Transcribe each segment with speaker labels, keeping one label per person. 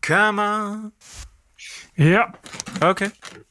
Speaker 1: Come on.
Speaker 2: Ja.
Speaker 1: Oké.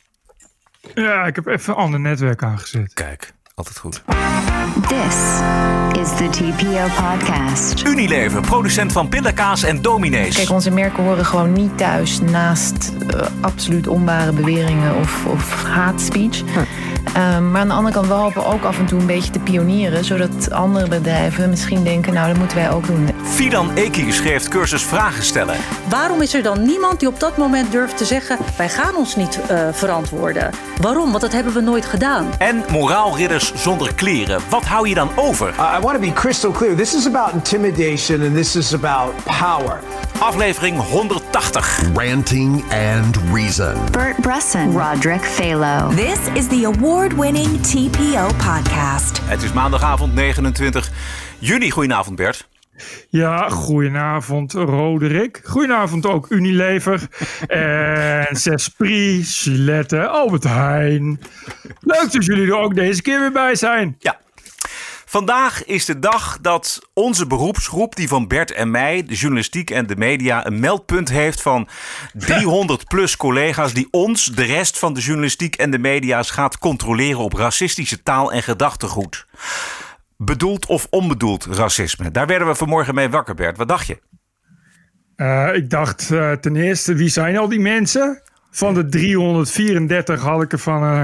Speaker 2: Ja, ik heb even een ander netwerk aangezet.
Speaker 1: Kijk, altijd goed.
Speaker 3: This is the TPO podcast.
Speaker 1: Unilever, producent van pindakaas en dominees.
Speaker 4: Kijk, onze merken horen gewoon niet thuis naast absoluut onware beweringen of hate speech. Maar aan de andere kant, we hopen ook af en toe een beetje te pionieren, zodat andere bedrijven misschien denken, nou, dat moeten wij ook doen.
Speaker 1: Fidan Eki schreef cursus vragen stellen.
Speaker 5: Waarom is er dan niemand die op dat moment durft te zeggen, wij gaan ons niet verantwoorden? Waarom? Want dat hebben we nooit gedaan.
Speaker 1: En moraalridders zonder kleren. Wat hou je dan over?
Speaker 6: I want to be crystal clear. This is about intimidation and this is about power.
Speaker 1: Aflevering 180.
Speaker 7: Ranting and Reason.
Speaker 3: Bert Bresson, Roderick Phalo.
Speaker 8: This is the award-winning TPO podcast.
Speaker 1: Het is maandagavond 29 juni. Goedenavond Bert.
Speaker 2: Ja, goedenavond Roderick. Goedenavond ook Unilever. En Cespri, Gillette, Albert Heijn. Leuk dat jullie er ook deze keer weer bij zijn.
Speaker 1: Ja. Vandaag is de dag dat onze beroepsgroep, die van Bert en mij, de journalistiek en de media, een meldpunt heeft van 300 plus collega's die ons, de rest van de journalistiek en de media's, gaat controleren op racistische taal en gedachtegoed. Bedoeld of onbedoeld racisme. Daar werden we vanmorgen mee wakker, Bert. Wat dacht je?
Speaker 2: Ik dacht ten eerste, wie zijn al die mensen? Van de 334 had ik er van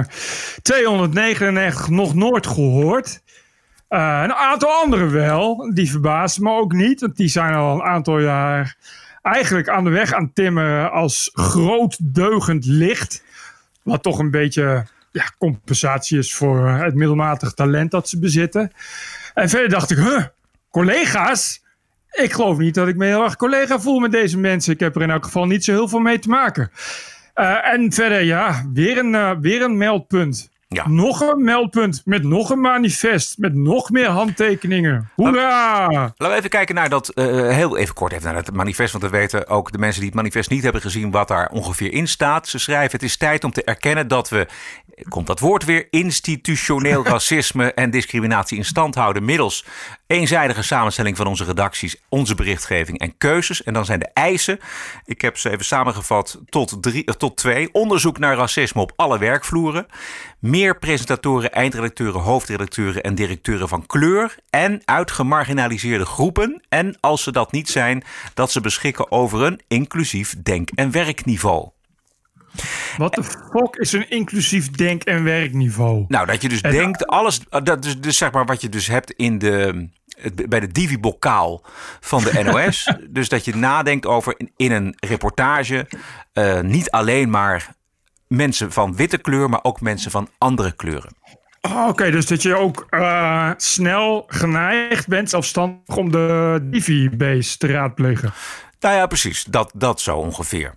Speaker 2: 299 nog nooit gehoord. Een aantal anderen wel. Die verbaasden me ook niet. Want die zijn al een aantal jaar eigenlijk aan de weg aan het timmeren als groot deugend licht. Wat toch een beetje compensatie is voor het middelmatig talent dat ze bezitten. En verder dacht ik, collega's? Ik geloof niet dat ik me heel erg collega voel met deze mensen. Ik heb er in elk geval niet zo heel veel mee te maken. En verder, weer een meldpunt. Ja. Nog een meldpunt met nog een manifest met nog meer handtekeningen. Hoera!
Speaker 1: Laten we even kijken naar dat, heel even kort even naar het manifest. Want we weten ook de mensen die het manifest niet hebben gezien wat daar ongeveer in staat. Ze schrijven, het is tijd om te erkennen dat we, komt dat woord weer, institutioneel racisme en discriminatie in stand houden middels eenzijdige samenstelling van onze redacties, onze berichtgeving en keuzes. En dan zijn de eisen, ik heb ze even samengevat tot 2. Onderzoek naar racisme op alle werkvloeren. Meer presentatoren, eindredacteuren, hoofdredacteuren en directeuren van kleur en uit gemarginaliseerde groepen. En als ze dat niet zijn, dat ze beschikken over een inclusief denk- en werkniveau.
Speaker 2: Wat de fuck is een inclusief denk- en werkniveau?
Speaker 1: Nou, dat je dus denkt, alles, dat is dus zeg maar wat je dus hebt bij de divi-bokaal van de NOS. Dus dat je nadenkt over in een reportage niet alleen maar mensen van witte kleur, maar ook mensen van andere kleuren.
Speaker 2: Oké, dus dat je ook snel geneigd bent zelfstandig om de Divi-base te raadplegen.
Speaker 1: Nou ja, precies. Dat zo ongeveer.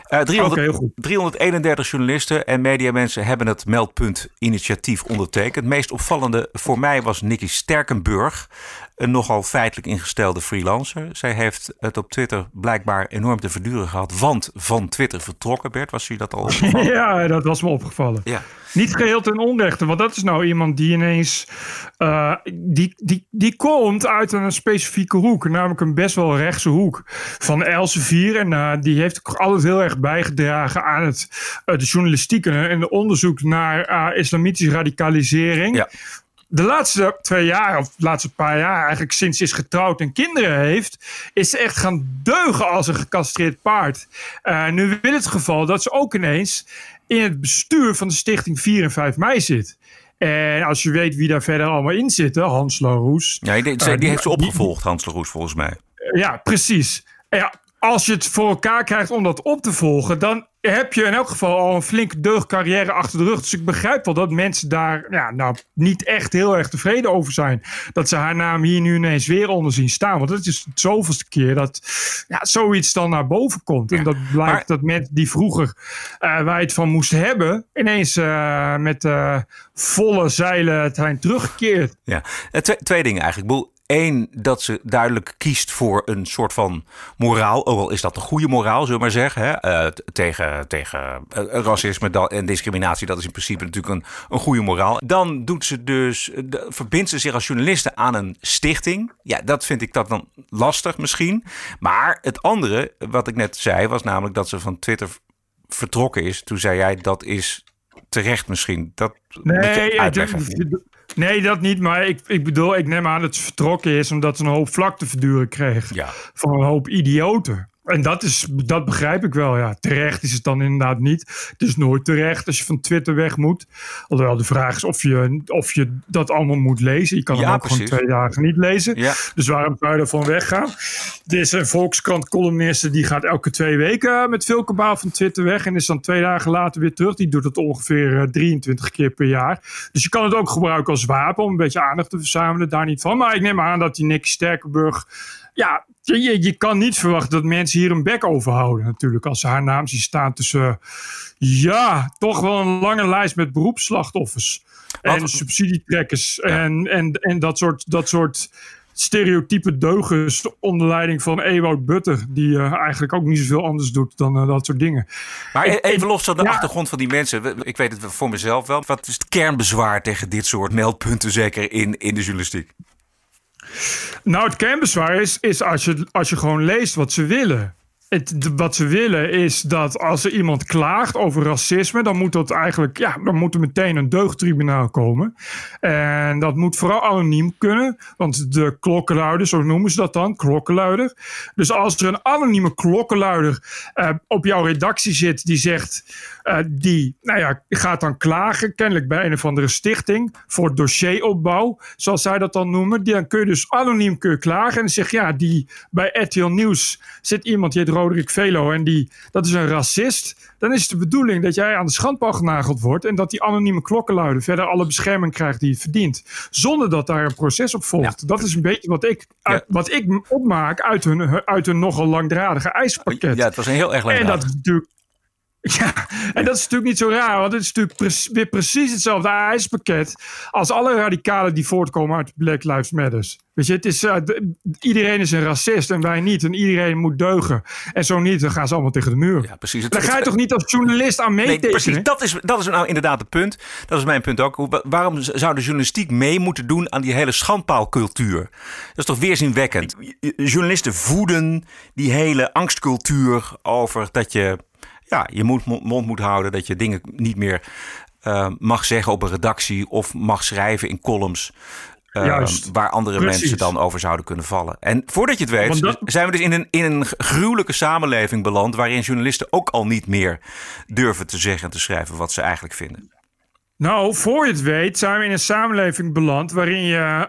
Speaker 1: 331 journalisten en mediamensen hebben het meldpunt-initiatief ondertekend. Het meest opvallende voor mij was Nikki Sterkenburg, een nogal feitelijk ingestelde freelancer. Zij heeft het op Twitter blijkbaar enorm te verduren gehad, want van Twitter vertrokken. Bert, was u dat al opgevallen?
Speaker 2: Ja, dat was me opgevallen. Ja. Niet geheel ten onrechte, want dat is nou iemand die ineens die komt uit een specifieke hoek, namelijk een best wel rechtse hoek van Elsevier. En die heeft ook altijd heel erg bijgedragen aan de journalistiek en de onderzoek naar islamitische radicalisering. Ja. De laatste 2 jaar, of de laatste paar jaar eigenlijk, sinds ze is getrouwd en kinderen heeft, is ze echt gaan deugen als een gecastreerd paard. Nu wil het geval dat ze ook ineens in het bestuur van de stichting 4 en 5 mei zit. En als je weet wie daar verder allemaal in zitten, Hans Laroes.
Speaker 1: Ja, die heeft ze opgevolgd, Hans Laroes, volgens mij.
Speaker 2: Ja, precies. Ja, als je het voor elkaar krijgt om dat op te volgen, dan heb je in elk geval al een flinke deugdcarrière achter de rug. Dus ik begrijp wel dat mensen daar niet echt heel erg tevreden over zijn. Dat ze haar naam hier nu ineens weer onder zien staan. Want het is het zoveelste keer dat zoiets dan naar boven komt. Ja, en dat blijkt dat mensen die vroeger waar je het van moesten hebben, ineens met volle zeilen het zijn teruggekeerd.
Speaker 1: Ja, twee dingen eigenlijk. Eén, dat ze duidelijk kiest voor een soort van moraal. Ook al is dat een goede moraal, zullen we maar zeggen. Hè? Tegen racisme en discriminatie. Dat is in principe natuurlijk een goede moraal. Dan doet ze dus, verbindt ze zich als journaliste aan een stichting. Ja, dat vind ik dat dan lastig misschien. Maar het andere, wat ik net zei, was namelijk dat ze van Twitter vertrokken is. Toen zei jij, dat is terecht misschien. Dat moet je uitleggen.
Speaker 2: Nee, dat niet. Maar ik bedoel, ik neem aan dat ze vertrokken is omdat ze een hoop vlak te verduren kreeg. Ja. Van een hoop idioten. En dat begrijp ik wel, ja. Terecht is het dan inderdaad niet. Het is nooit terecht als je van Twitter weg moet. Alhoewel de vraag is of je dat allemaal moet lezen. Je kan hem ook gewoon 2 dagen niet lezen. Ja. Dus waarom zou je ervan weggaan? Er is een Volkskrant-columniste die gaat elke 2 weken met veel kabaal van Twitter weg. En is dan 2 dagen later weer terug. Die doet het ongeveer 23 keer per jaar. Dus je kan het ook gebruiken als wapen om een beetje aandacht te verzamelen. Daar niet van. Maar ik neem aan dat die Nicky Sterkenburg... Ja, je kan niet verwachten dat mensen hier een bek overhouden natuurlijk. Als ze haar naam zien staan tussen, toch wel een lange lijst met beroepsslachtoffers. En subsidietrekkers. Ja. En dat soort stereotype deugens onder leiding van Ewout Butter. Die eigenlijk ook niet zoveel anders doet dan dat soort dingen.
Speaker 1: Maar even los van de achtergrond van die mensen. Ik weet het voor mezelf wel. Wat is het kernbezwaar tegen dit soort meldpunten, zeker in de journalistiek?
Speaker 2: Nou, het kernbezwaar is als je gewoon leest wat ze willen. Wat ze willen is dat als er iemand klaagt over racisme, dan moet dat eigenlijk, dan moet er meteen een deugdtribunaal komen. En dat moet vooral anoniem kunnen, want de klokkenluider, zo noemen ze dat dan, klokkenluider. Dus als er een anonieme klokkenluider op jouw redactie zit die zegt, die gaat dan klagen, kennelijk bij een of andere stichting voor dossieropbouw, zoals zij dat dan noemen. Dan kun je dus anoniem klagen en dan zeg je, bij RTL Nieuws zit iemand, die heet Roderick Velo, en dat is een racist. Dan is het de bedoeling dat jij aan de schandpaal genageld wordt en dat die anonieme klokkenluider verder alle bescherming krijgt die het verdient. Zonder dat daar een proces op volgt. Ja. Dat is een beetje wat ik opmaak uit hun nogal langdradige eisenpakket.
Speaker 1: Ja, het was een heel erg langdradig.
Speaker 2: En dat is natuurlijk... Ja, en dat is natuurlijk niet zo raar, want het is natuurlijk weer precies hetzelfde eisenpakket als alle radicalen die voortkomen uit Black Lives Matter. Weet je, het is, iedereen is een racist en wij niet. En iedereen moet deugen. En zo niet, dan gaan ze allemaal tegen de muur. Ja, precies. Daar ga je toch niet als journalist aan meetekenen?
Speaker 1: Nee, precies. Dat is nou inderdaad het punt. Dat is mijn punt ook. Waarom zou de journalistiek mee moeten doen aan die hele schandpaalcultuur? Dat is toch weerzinwekkend. Journalisten voeden die hele angstcultuur over dat je mond moet houden, dat je dingen niet meer mag zeggen op een redactie of mag schrijven in columns waar andere mensen dan over zouden kunnen vallen. En voordat je het weet, zijn we dus in een gruwelijke samenleving beland waarin journalisten ook al niet meer durven te zeggen en te schrijven wat ze eigenlijk vinden.
Speaker 2: Nou, voor je het weet zijn we in een samenleving beland waarin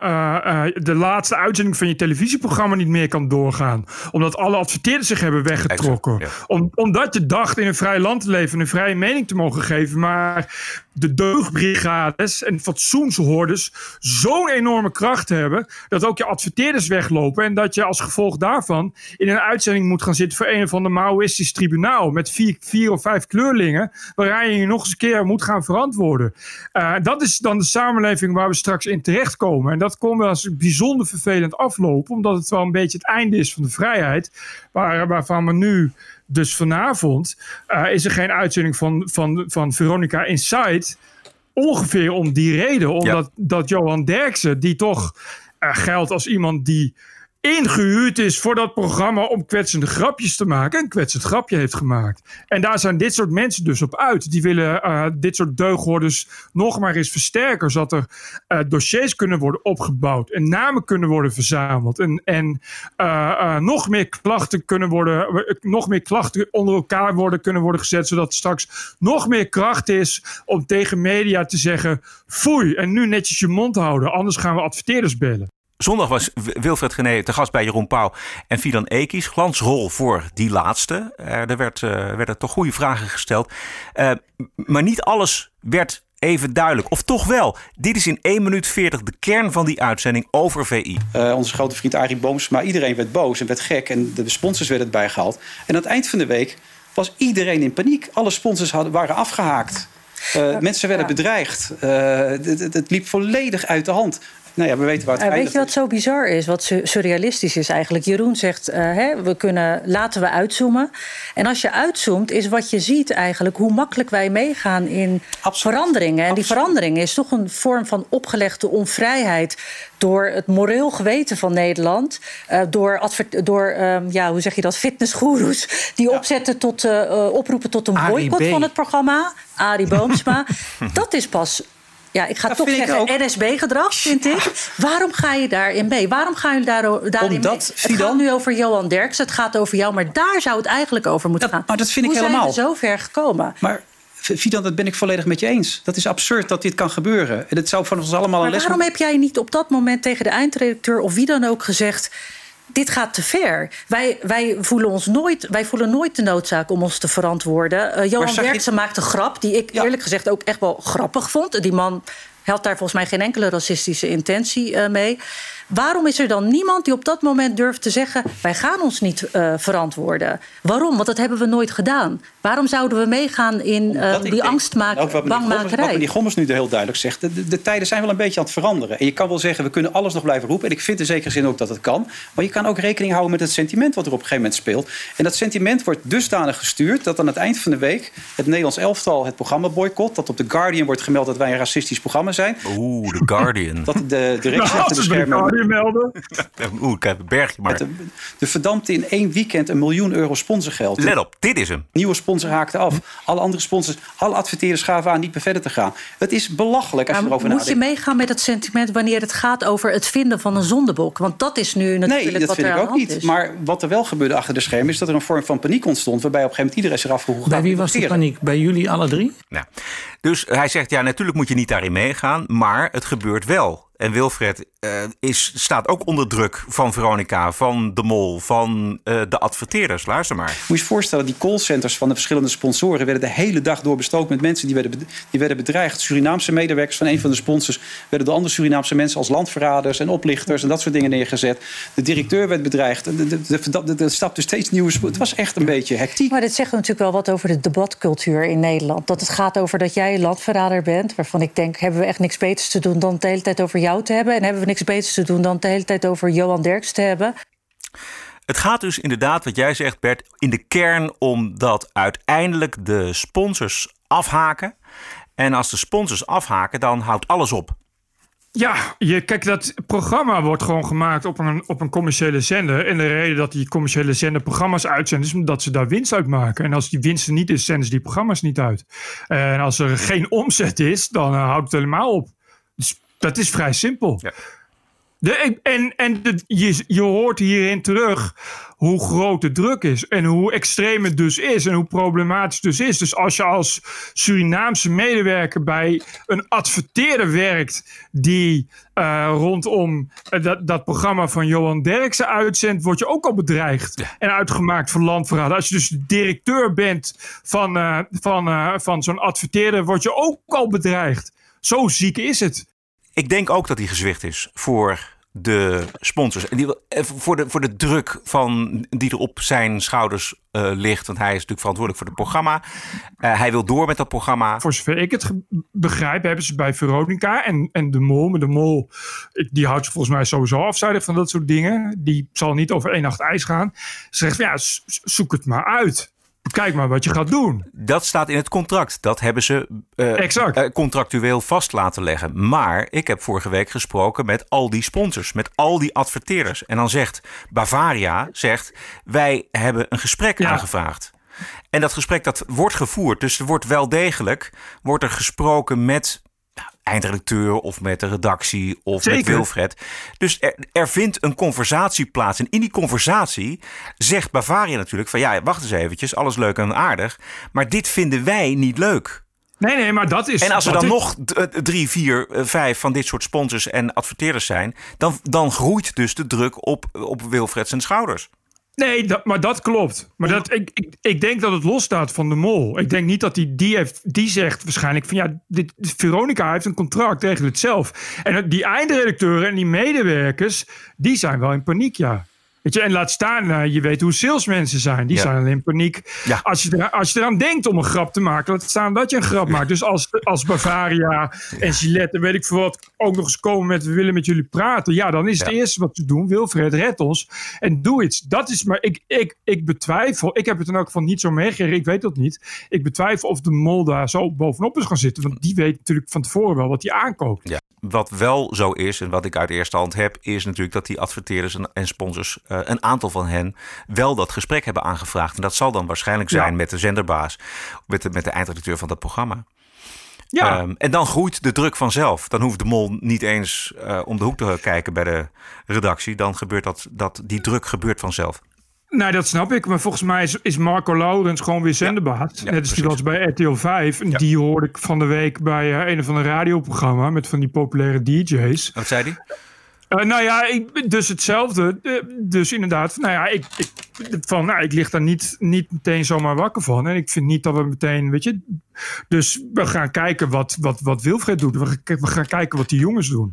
Speaker 2: je de laatste uitzending van je televisieprogramma niet meer kan doorgaan. Omdat alle adverteerders zich hebben weggetrokken. Exact, ja. Omdat je dacht in een vrij land te leven en een vrije mening te mogen geven. Maar de deugdbrigades en fatsoenshoorders zo'n enorme kracht hebben dat ook je adverteerders weglopen. En dat je als gevolg daarvan in een uitzending moet gaan zitten voor een of ander Maoïstisch tribunaal met 4 of 5 kleurlingen. Waarin je nog eens een keer moet gaan verantwoorden. Dat is dan de samenleving waar we straks in terechtkomen. En dat kon wel eens bijzonder vervelend aflopen, omdat het wel een beetje het einde is van de vrijheid. Waarvan we nu, dus vanavond, is er geen uitzending van Veronica Inside. Ongeveer om die reden. Omdat dat Johan Derksen, die toch geldt als iemand die ingehuurd is voor dat programma om kwetsende grapjes te maken, een kwetsend grapje heeft gemaakt. En daar zijn dit soort mensen dus op uit. Die willen dit soort deugdhoorders nog maar eens versterken, zodat er dossiers kunnen worden opgebouwd en namen kunnen worden verzameld en nog meer klachten onder elkaar kunnen worden gezet, zodat er straks nog meer kracht is om tegen media te zeggen, foei, en nu netjes je mond houden, anders gaan we adverteerders bellen.
Speaker 1: Zondag was Wilfred Genee te gast bij Jeroen Pauw en Fidan Ekies. Glansrol voor die laatste. Er werden toch goede vragen gesteld. Maar niet alles werd even duidelijk. Of toch wel. Dit is in 1 minuut 40 de kern van die uitzending over VI.
Speaker 9: Onze grote vriend Arie Boomsma. Iedereen werd boos en werd gek. En de sponsors werden erbij gehaald. En aan het eind van de week was iedereen in paniek. Alle sponsors waren afgehaakt. Mensen werden bedreigd. Het liep volledig uit de hand. Nou ja, we weten waar het eindigt.
Speaker 5: Weet je wat zo bizar is? Wat surrealistisch is eigenlijk? Jeroen zegt, laten we uitzoomen. En als je uitzoomt, is wat je ziet eigenlijk hoe makkelijk wij meegaan in veranderingen. En die verandering is toch een vorm van opgelegde onvrijheid door het moreel geweten van Nederland. Door hoe zeg je dat, fitnessgoeroes die opzetten tot oproepen tot een boycott van het programma. Arie Boomsma. Dat is pas... Ja, ik ga dat toch zeggen NSB-gedrag, vind ik. Waarom ga je daarin mee? Waarom ga je daarin mee? Het gaat nu over Johan Derksen, het gaat over jou... maar daar zou het eigenlijk over moeten gaan.
Speaker 9: Maar dat vind ik helemaal.
Speaker 5: Hoe zijn we zo ver gekomen?
Speaker 9: Maar Fidan, dat ben ik volledig met je eens. Dat is absurd dat dit kan gebeuren. En het zou van ons allemaal een les...
Speaker 5: waarom heb jij niet op dat moment tegen de eindredacteur... of wie dan ook gezegd... Dit gaat te ver. Wij voelen nooit de noodzaak om ons te verantwoorden. Johan Derksen maakt een grap die ik eerlijk gezegd ook echt wel grappig vond. Die man had daar volgens mij geen enkele racistische intentie mee. Waarom is er dan niemand die op dat moment durft te zeggen... wij gaan ons niet verantwoorden? Waarom? Want dat hebben we nooit gedaan. Waarom zouden we meegaan in die bangmakerij?
Speaker 9: Wat meneer Gommers nu heel duidelijk zegt... De tijden zijn wel een beetje aan het veranderen. En je kan wel zeggen, we kunnen alles nog blijven roepen. En ik vind in zekere zin ook dat het kan. Maar je kan ook rekening houden met het sentiment... wat er op een gegeven moment speelt. En dat sentiment wordt dusdanig gestuurd... dat aan het eind van de week het Nederlands elftal het programma boycott. Dat op The Guardian wordt gemeld dat wij een racistisch programma zijn.
Speaker 1: Oeh, The Guardian.
Speaker 9: Dat de directie achter de schermen...
Speaker 2: melden.
Speaker 1: Oeh, ik heb een bergje maar.
Speaker 9: De verdampte in 1 weekend €1 miljoen sponsorgeld.
Speaker 1: Let op, dit is hem.
Speaker 9: Nieuwe sponsor haakte af. Alle andere sponsors, alle adverteerders gaven aan niet meer verder te gaan. Het is belachelijk als je erover nadenkt.
Speaker 5: Moet je meegaan met het sentiment wanneer het gaat over het vinden van een zondebok? Want dat is nu natuurlijk wat er aan de hand is. Nee, dat vind ik ook niet. Maar wat er wel gebeurde achter de schermen... is dat er een vorm van paniek ontstond... waarbij op een gegeven moment iedereen zich afvroeg...
Speaker 10: Bij wie was die paniek? Bij jullie alle drie?
Speaker 1: Nou, dus hij zegt, ja, natuurlijk moet je niet daarin meegaan... maar het gebeurt wel. En Wilfred staat ook onder druk van Veronica, van De Mol, van de adverteerders. Luister maar.
Speaker 9: Moet je je voorstellen, die callcenters van de verschillende sponsoren... werden de hele dag door bestookt met mensen die werden bedreigd. Surinaamse medewerkers van een van de sponsors... werden door andere Surinaamse mensen als landverraders en oplichters... en dat soort dingen neergezet. De directeur werd bedreigd. Er stapte steeds nieuwe... Het was echt een beetje hectiek.
Speaker 5: Maar dit zegt natuurlijk wel wat over de debatcultuur in Nederland. Dat het gaat over dat jij een landverrader bent... waarvan ik denk, hebben we echt niks beters te doen... dan de hele tijd over jou te hebben. En hebben we niks beters te doen dan de hele tijd over Johan Derksen te hebben.
Speaker 1: Het gaat dus inderdaad, wat jij zegt, Bert, in de kern om dat uiteindelijk de sponsors afhaken. En als de sponsors afhaken, dan houdt alles op.
Speaker 2: Ja, kijk, dat programma wordt gewoon gemaakt op een commerciële zender. En de reden dat die commerciële zender programma's uitzenden... is omdat ze daar winst uit maken. En als die winst er niet is, zenden ze die programma's niet uit. En als er geen omzet is, dan houdt het helemaal op. Dus dat is vrij simpel. Ja. Je hoort hierin terug hoe groot de druk is. En hoe extreem het dus is. En hoe problematisch het dus is. Dus als je als Surinaamse medewerker bij een adverteerder werkt... die rondom dat programma van Johan Derksen uitzendt... word je ook al bedreigd. Ja. En uitgemaakt voor landverraad. Als je dus directeur bent van zo'n adverteerder... word je ook al bedreigd. Zo ziek is het.
Speaker 1: Ik denk ook dat hij gezwicht is voor de sponsors. En voor de druk die er op zijn schouders ligt. Want hij is natuurlijk verantwoordelijk voor het programma. Hij wil door met dat programma.
Speaker 2: Voor zover ik het begrijp, hebben ze bij Veronica en De Mol. Maar De Mol, die houdt ze volgens mij sowieso afzijdig van dat soort dingen. Die zal niet over 1 nacht ijs gaan. Ze zegt, ja, zoek het maar uit. Kijk maar wat je gaat doen.
Speaker 1: Dat staat in het contract. Dat hebben ze contractueel vast laten leggen. Maar ik heb vorige week gesproken met al die sponsors. Met al die adverteerders. En dan zegt Bavaria, wij hebben een gesprek aangevraagd. En dat gesprek dat wordt gevoerd. Dus er wordt wel degelijk gesproken met... eindredacteur of met de redactie of met Wilfred. Dus er vindt een conversatie plaats. En in die conversatie zegt Bavaria natuurlijk van... ja, wacht eens eventjes, alles leuk en aardig. Maar dit vinden wij niet leuk.
Speaker 2: Nee, maar dat is...
Speaker 1: En als er dan nog 3, 4, 5 van dit soort sponsors en adverteerders zijn... dan groeit dus de druk op Wilfred zijn schouders.
Speaker 2: Nee, maar dat klopt. Maar ik denk dat het losstaat van De Mol. Ik denk niet dat die zegt waarschijnlijk van... ja, Veronica heeft een contract, regelt het zelf. En die eindredacteuren en die medewerkers... die zijn wel in paniek, ja. Weet je, en laat staan, je weet hoe salesmensen zijn. Die zijn in paniek. Ja. Als je eraan denkt om een grap te maken, laat staan dat je een grap maakt. Dus als Bavaria en Gillette, weet ik veel wat, ook nog eens komen met we willen met jullie praten. Ja, dan is het eerste wat ze doen. Wilfred, red ons. En doe iets. Dat is maar, ik betwijfel. Ik heb het in elk geval niet zo meegekregen. Ik weet dat niet. Ik betwijfel of de Mol daar zo bovenop is gaan zitten. Want die weet natuurlijk van tevoren wel wat hij aankoopt.
Speaker 1: Ja. Wat wel zo is, en wat ik uit eerste hand heb, is natuurlijk dat die adverteerders en sponsors, een aantal van hen, wel dat gesprek hebben aangevraagd. En dat zal dan waarschijnlijk zijn met de zenderbaas, met de eindredacteur van dat programma. Ja. En dan groeit de druk vanzelf. Dan hoeft de Mol niet eens om de hoek te kijken bij de redactie. Dan gebeurt die druk gebeurt vanzelf.
Speaker 2: Nee, dat snap ik. Maar volgens mij is Marco Laurens gewoon weer zenderbaas. Net als die was bij RTL 5. En die hoorde ik van de week bij een of ander radioprogramma met van die populaire DJ's.
Speaker 1: Wat zei die?
Speaker 2: Dus hetzelfde. Dus inderdaad, ik lig daar niet meteen zomaar wakker van. En ik vind niet dat we meteen, weet je. Dus we gaan kijken wat Wilfred doet. We gaan kijken wat die jongens doen.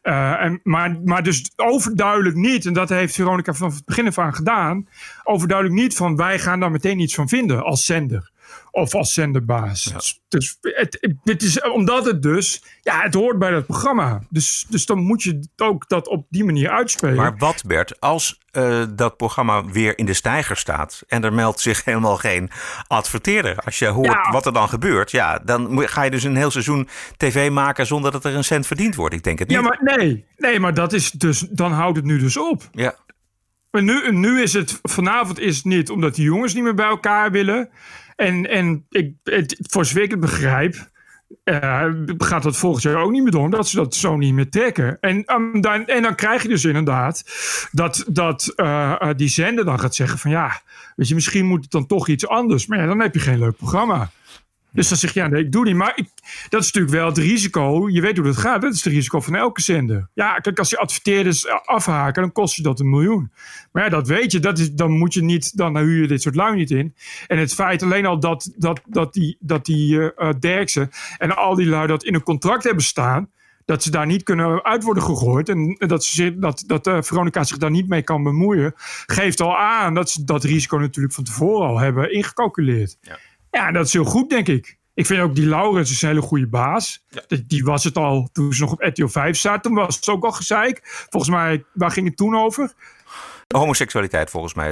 Speaker 2: Maar dus overduidelijk niet, en dat heeft Veronica van het begin af aan gedaan, overduidelijk niet van wij gaan daar meteen iets van vinden als zender. Of als zenderbaas. Ja. Dus het is omdat het dus, het hoort bij dat programma. Dus dan moet je ook dat op die manier uitspelen.
Speaker 1: Maar wat, Bert, als dat programma weer in de steiger staat en er meldt zich helemaal geen adverteerder. Als je hoort wat er dan gebeurt, dan ga je dus een heel seizoen tv maken zonder dat er een cent verdiend wordt. Ik denk het niet.
Speaker 2: Ja, maar maar dat is dus, dan houdt het nu dus op. Ja. Maar nu is het, vanavond is het niet omdat die jongens niet meer bij elkaar willen. En voor zover ik het begrijp, gaat dat volgend jaar ook niet meer door, omdat ze dat zo niet meer trekken. En dan krijg je dus inderdaad dat die zender dan gaat zeggen van weet je, misschien moet het dan toch iets anders. Maar dan heb je geen leuk programma. Dus dan zeg je, nee, ik doe niet. Maar dat is natuurlijk wel het risico. Je weet hoe dat gaat. Dat is het risico van elke zender. Ja, kijk, als je adverteerders afhaken, dan kost je dat $1 miljoen. Maar ja, dat weet je. Dan moet je niet, dan huur je dit soort lui niet in. En het feit alleen al dat die Derksen en al die lui dat in een contract hebben staan, dat ze daar niet kunnen uit worden gegooid. En dat Veronica zich daar niet mee kan bemoeien, geeft al aan dat ze dat risico natuurlijk van tevoren al hebben ingecalculeerd. Ja, dat is heel goed, denk ik. Ik vind ook die Laurens is een hele goede baas. Ja. Die was het al toen ze nog op RTL 5 zaten. Toen was het ook al gezeik. Volgens mij, waar ging het toen over?
Speaker 1: Homoseksualiteit, volgens mij.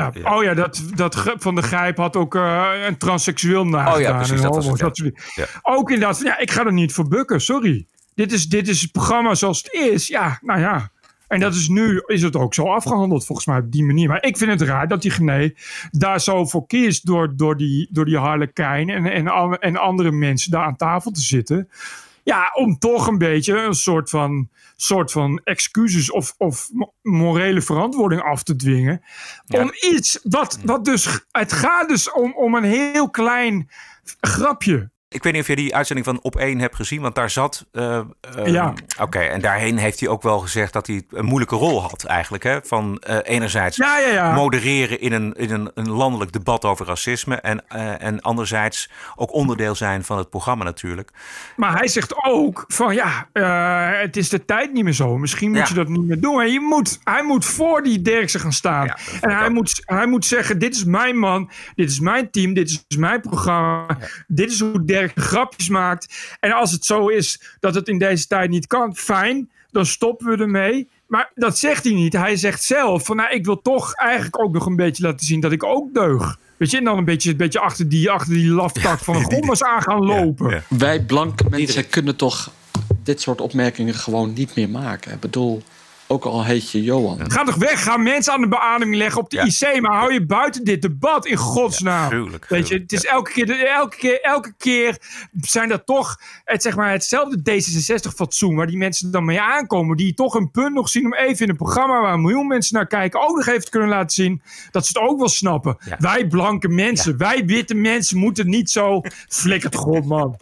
Speaker 2: Dat Van der Grijp had ook een transseksueel nagedaan. Oh ja, precies. Ook inderdaad, ik ga er niet voor bukken, sorry. Dit is het programma zoals het is. Ja, nou ja. En dat is nu is het ook zo afgehandeld volgens mij op die manier. Maar ik vind het raar dat die Gené daar zo voor kiest door die Harlekijn en andere mensen daar aan tafel te zitten. Ja, om toch een beetje een soort van excuses of morele verantwoording af te dwingen. Ja. Om iets wat dus, het gaat dus om een heel klein grapje.
Speaker 1: Ik weet niet of je die uitzending van Op 1 hebt gezien, want daar zat. Oké, en daarheen heeft hij ook wel gezegd dat hij een moeilijke rol had eigenlijk. Hè? Van enerzijds modereren in een landelijk debat over racisme en anderzijds ook onderdeel zijn van het programma natuurlijk.
Speaker 2: Maar hij zegt ook van het is de tijd niet meer zo. Misschien moet je dat niet meer doen. En hij moet voor die Derksen gaan staan. Ja, en hij moet zeggen, dit is mijn man, dit is mijn team, dit is mijn programma, dit is hoe Derksen grapjes maakt. En als het zo is dat het in deze tijd niet kan, fijn, dan stoppen we ermee. Maar dat zegt hij niet. Hij zegt zelf van ik wil toch eigenlijk ook nog een beetje laten zien dat ik ook deug. Weet je, en dan een beetje achter die laftak van een gommers aan gaan lopen.
Speaker 10: Ja. Wij blanke mensen kunnen toch dit soort opmerkingen gewoon niet meer maken. Ik bedoel, ook al heet je Johan.
Speaker 2: Ga toch weg, ga mensen aan de beademing leggen op de IC, maar hou je buiten dit debat in godsnaam.
Speaker 1: Gruwelijk.
Speaker 2: Weet je, het is elke keer zijn dat toch hetzelfde D66-fatsoen waar die mensen dan mee aankomen, die toch een punt nog zien om even in een programma waar 1 miljoen mensen naar kijken ook nog even te kunnen laten zien dat ze het ook wel snappen. Ja. Wij blanke mensen, wij witte mensen moeten niet zo flikkerd god, man.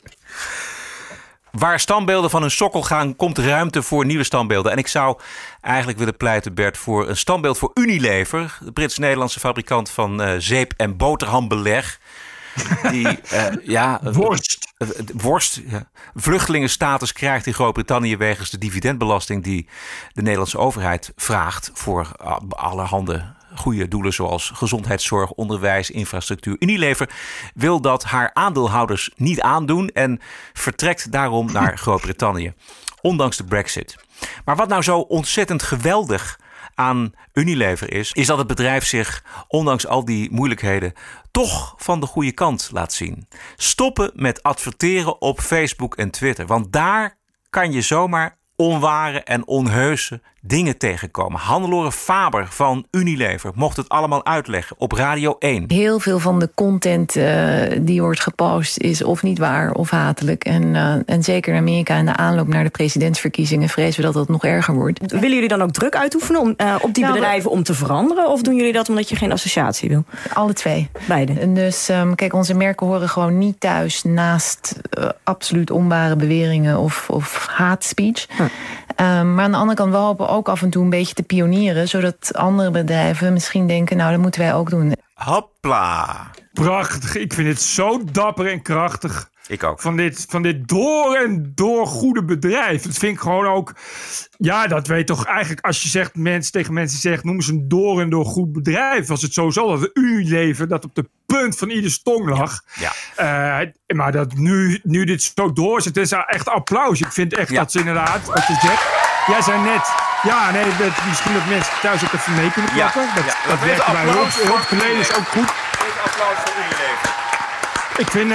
Speaker 1: Waar standbeelden van hun sokkel gaan, komt ruimte voor nieuwe standbeelden. En ik zou eigenlijk willen pleiten, Bert, voor een standbeeld voor Unilever. De Brits-Nederlandse fabrikant van zeep- en boterhambeleg. Die,
Speaker 2: worst.
Speaker 1: vluchtelingenstatus krijgt in Groot-Brittannië wegens de dividendbelasting die de Nederlandse overheid vraagt voor allerhande goede doelen zoals gezondheidszorg, onderwijs, infrastructuur. Unilever wil dat haar aandeelhouders niet aandoen en vertrekt daarom naar Groot-Brittannië, ondanks de Brexit. Maar wat nou zo ontzettend geweldig aan Unilever is dat het bedrijf zich, ondanks al die moeilijkheden, toch van de goede kant laat zien. Stoppen met adverteren op Facebook en Twitter, want daar kan je zomaar onware en onheuse dingen tegenkomen. Hannelore Faber van Unilever mocht het allemaal uitleggen op Radio 1.
Speaker 4: Heel veel van de content die wordt gepost is of niet waar of hatelijk. En zeker in Amerika in de aanloop naar de presidentsverkiezingen vrezen we dat dat nog erger wordt.
Speaker 11: Willen jullie dan ook druk uitoefenen op die bedrijven om te veranderen? Of doen jullie dat omdat je geen associatie wil?
Speaker 4: Alle twee.
Speaker 11: Beide.
Speaker 4: En dus kijk, onze merken horen gewoon niet thuis naast absoluut onware beweringen of hate speech. Maar aan de andere kant, we hopen ook af en toe een beetje te pionieren, zodat andere bedrijven misschien denken, nou, dat moeten wij ook doen.
Speaker 1: Hopla.
Speaker 2: Prachtig. Ik vind het zo dapper en krachtig.
Speaker 1: Ik ook.
Speaker 2: Van dit door en door goede bedrijf. Dat vind ik gewoon ook. Ja, dat weet toch eigenlijk als je tegen mensen zegt, noem eens een door en door goed bedrijf. Was het sowieso dat de Unilever dat op de punt van ieder stong lag. Ja. Maar dat nu dit zo doorzet, is echt applaus. Ik vind echt dat ze inderdaad, wat je zegt. Jij zei net. Ja, nee, misschien dat mensen thuis ook even mee kunnen klappen. Dat werkt bij hulpverleners ook goed.
Speaker 1: Even applaus voor Unilever.
Speaker 2: Ik vind.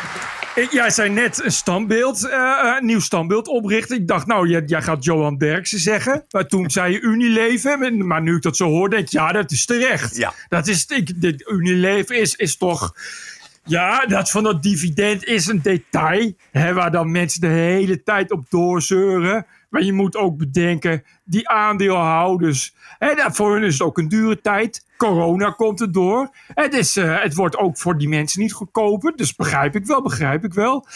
Speaker 2: Jij zei net een nieuw standbeeld oprichten. Ik dacht, nou, jij gaat Johan Derksen zeggen. Maar toen zei je Unilever. Maar nu ik dat zo hoor, denk ik, ja, dat is terecht. Ja. Unilever is toch. Ja, dat van dat dividend is een detail. Waar dan mensen de hele tijd op doorzeuren. Maar je moet ook bedenken, die aandeelhouders. Voor hun is het ook een dure tijd. Corona komt er door. Het wordt ook voor die mensen niet goedkoper. Dus begrijp ik wel.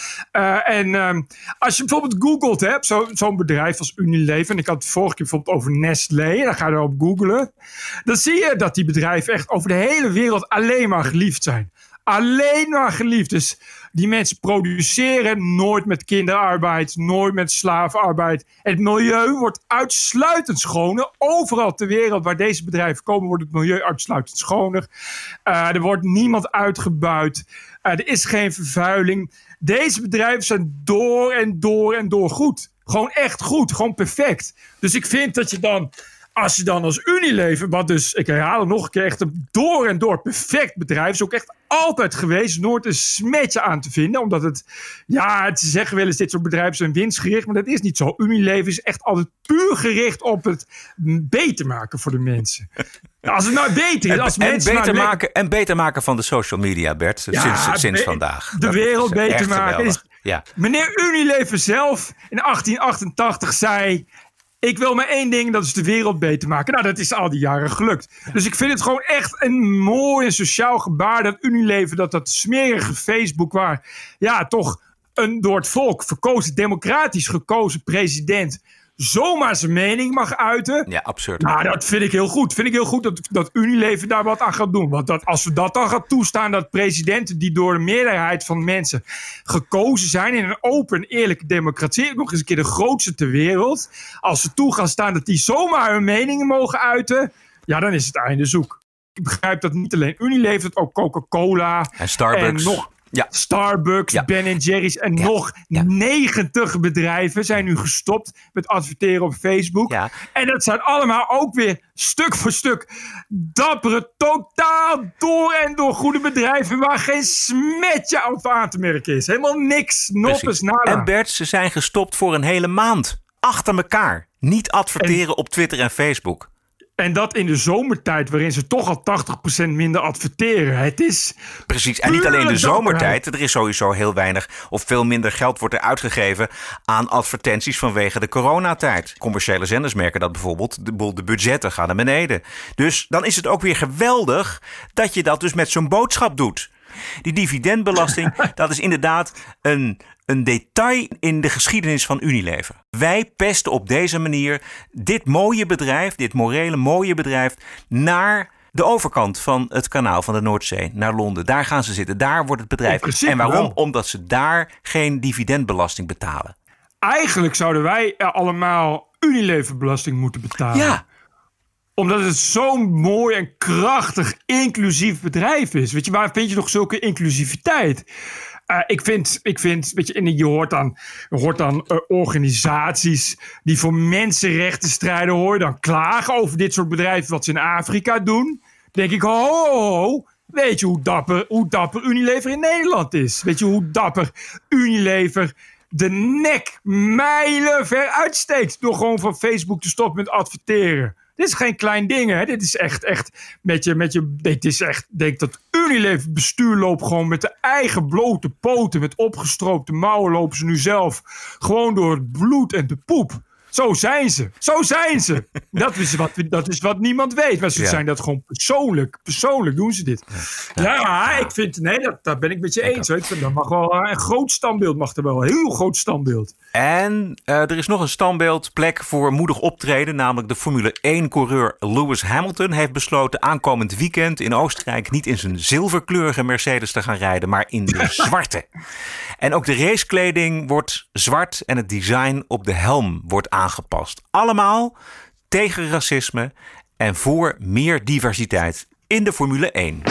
Speaker 2: Als je bijvoorbeeld googelt, hebt zo'n bedrijf als Unilever. En ik had het vorige keer bijvoorbeeld over Nestlé. Dan ga je erop googlen. Dan zie je dat die bedrijven echt over de hele wereld alleen maar geliefd zijn. Alleen maar geliefd. Dus die mensen produceren nooit met kinderarbeid, nooit met slavenarbeid. Het milieu wordt uitsluitend schoner. Overal ter wereld waar deze bedrijven komen, wordt het milieu uitsluitend schoner. Er wordt niemand uitgebuit. Er is geen vervuiling. Deze bedrijven zijn door en door en door goed. Gewoon echt goed. Gewoon perfect. Dus ik vind dat je dan, als je dan als Unilever, wat dus, ik herhaal het nog een keer, echt een door en door perfect bedrijf, is ook echt altijd geweest, nooit een smetje aan te vinden, omdat het, ze zeggen wel eens dit soort bedrijven zijn winstgericht, maar dat is niet zo. Unilever is echt altijd puur gericht op het beter maken voor de mensen. Als het nou beter is, als mensen
Speaker 1: en beter maken van de social media, Bert, sinds vandaag.
Speaker 2: De wereld beter maken.
Speaker 1: Ja.
Speaker 2: Meneer Unilever zelf in 1888 zei, ik wil maar één ding, dat is de wereld beter maken. Nou, dat is al die jaren gelukt. Dus ik vind het gewoon echt een mooi en sociaal gebaar dat Unilever, dat smerige Facebook, waar toch een door het volk verkozen, democratisch gekozen president zomaar zijn mening mag uiten.
Speaker 1: Ja, absurd.
Speaker 2: Nou, dat vind ik heel goed. Vind ik heel goed dat Unilever daar wat aan gaat doen. Want als we dat dan gaan toestaan, dat presidenten die door de meerderheid van mensen gekozen zijn in een open, eerlijke democratie, nog eens een keer de grootste ter wereld, als ze toe gaan staan dat die zomaar hun meningen mogen uiten, dan is het einde zoek. Ik begrijp dat niet alleen Unilever, dat ook Coca-Cola
Speaker 1: en Starbucks.
Speaker 2: En Starbucks, Ben & Jerry's en nog 90 bedrijven zijn nu gestopt met adverteren op Facebook. Ja. En dat zijn allemaal ook weer stuk voor stuk dappere, totaal door en door goede bedrijven waar geen smetje aan te merken is. Helemaal niks, noppes, nada.
Speaker 1: En Bert, ze zijn gestopt voor een hele maand. Achter elkaar. Niet adverteren op Twitter en Facebook.
Speaker 2: En dat in de zomertijd, waarin ze toch al 80% minder adverteren. Het is
Speaker 1: precies. En niet alleen de zomertijd. Er is sowieso heel weinig of veel minder geld wordt er uitgegeven aan advertenties vanwege de coronatijd. Commerciële zenders merken dat bijvoorbeeld. De budgetten gaan naar beneden. Dus dan is het ook weer geweldig dat je dat dus met zo'n boodschap doet. Die dividendbelasting, dat is inderdaad een detail in de geschiedenis van Unilever. Wij pesten op deze manier dit mooie bedrijf, dit morele mooie bedrijf, naar De overkant van het kanaal van de Noordzee naar Londen. Daar gaan ze zitten. Daar wordt het bedrijf.
Speaker 2: principe
Speaker 1: En waarom?
Speaker 2: wel.
Speaker 1: Omdat ze daar geen dividendbelasting betalen.
Speaker 2: Eigenlijk zouden wij allemaal Unilever-belasting moeten betalen.
Speaker 1: Ja.
Speaker 2: Omdat het zo'n mooi en krachtig inclusief bedrijf is. Weet je, waar vind je nog zulke inclusiviteit? Ik vind, weet je, en je hoort dan organisaties die voor mensenrechten strijden, hoor je dan klagen over dit soort bedrijven wat ze in Afrika doen. Dan denk ik, ho. Weet je hoe dapper Unilever in Nederland is? Weet je hoe dapper Unilever de nek mijlen ver uitsteekt door gewoon van Facebook te stoppen met adverteren? Dit is geen klein ding, hè. Dit is echt dit is echt, denk dat Unilever bestuur loopt gewoon met de eigen blote poten, met opgestroopte mouwen lopen ze nu zelf gewoon door het bloed en de poep. Zo zijn ze. Dat is wat niemand weet. Maar ze zijn dat gewoon persoonlijk doen ze dit. Ja, ik vind, daar ben ik met je eens. Ik vind, dat mag wel een groot standbeeld, mag er wel een heel groot standbeeld.
Speaker 1: En er is nog een standbeeldplek voor moedig optreden. Namelijk de Formule 1-coureur Lewis Hamilton heeft besloten aankomend weekend in Oostenrijk niet in zijn zilverkleurige Mercedes te gaan rijden, maar in de zwarte. En ook de racekleding wordt zwart en het design op de helm wordt aangepast. Allemaal tegen racisme en voor meer diversiteit in de Formule 1.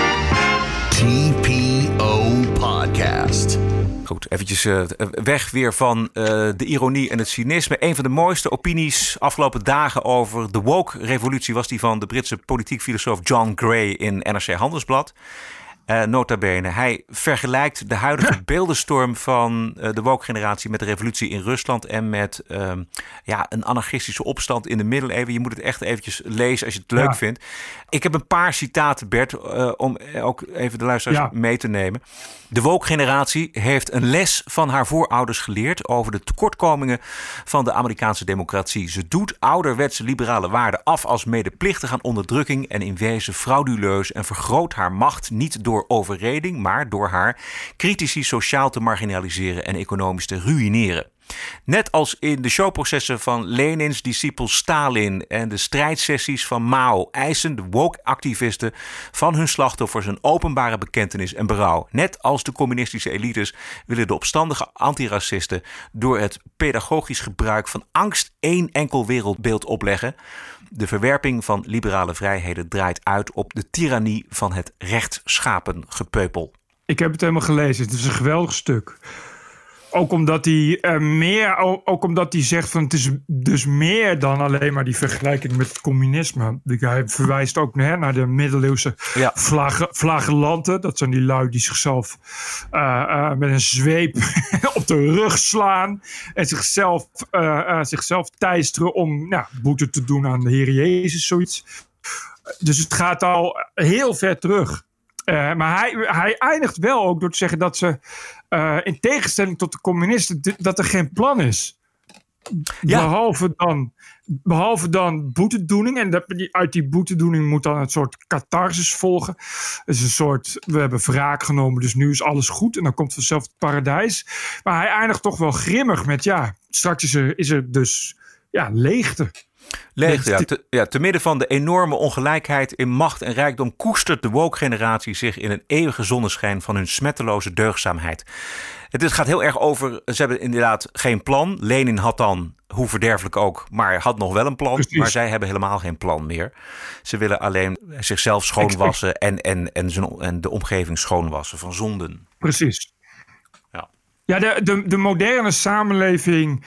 Speaker 7: TPO Podcast.
Speaker 1: Goed, eventjes weg weer van de ironie en het cynisme. Een van de mooiste opinies afgelopen dagen over de woke-revolutie was die van de Britse politiek filosoof John Gray in NRC Handelsblad. Nota bene. Hij vergelijkt de huidige beeldenstorm van de woke-generatie met de revolutie in Rusland en met een anarchistische opstand in de middeleeuwen. Je moet het echt eventjes lezen als je het leuk vindt. Ik heb een paar citaten, Bert, om ook even de luisteraars mee te nemen. De woke-generatie heeft een les van haar voorouders geleerd over de tekortkomingen van de Amerikaanse democratie. Ze doet ouderwetse liberale waarden af als medeplichtig aan onderdrukking en in wezen frauduleus en vergroot haar macht niet door overreding, maar door haar critici sociaal te marginaliseren en economisch te ruïneren. Net als in de showprocessen van Lenins discipel Stalin en de strijdsessies van Mao eisen de woke-activisten van hun slachtoffers een openbare bekentenis en berouw. Net als de communistische elites willen de opstandige antiracisten door het pedagogisch gebruik van angst één enkel wereldbeeld opleggen. De verwerping van liberale vrijheden draait uit op de tirannie van het rechtschapen gepeupel.
Speaker 2: Ik heb het helemaal gelezen. Het is een geweldig stuk. Ook omdat hij zegt van het is dus meer dan alleen maar die vergelijking met het communisme. Hij verwijst ook naar de middeleeuwse flagellanten. Dat zijn die lui die zichzelf met een zweep op de rug slaan. En zichzelf teisteren om boete te doen aan de Heer Jezus, zoiets. Dus het gaat al heel ver terug. Maar hij eindigt wel ook door te zeggen dat ze, in tegenstelling tot de communisten, dat er geen plan is. Ja. Behalve dan boetedoening. En uit die boetedoening moet dan een soort catharsis volgen. Dus een soort, we hebben wraak genomen, dus nu is alles goed. En dan komt vanzelf het paradijs. Maar hij eindigt toch wel grimmig met, straks is er dus leegte.
Speaker 1: Te midden van de enorme ongelijkheid in macht en rijkdom koestert de woke-generatie zich in een eeuwige zonneschijn van hun smetteloze deugdzaamheid. Het gaat heel erg over, ze hebben inderdaad geen plan. Lenin had dan, hoe verderfelijk ook, maar had nog wel een plan. Precies. Maar zij hebben helemaal geen plan meer. Ze willen alleen zichzelf schoonwassen en de omgeving schoonwassen van zonden.
Speaker 2: Precies. Ja, de moderne samenleving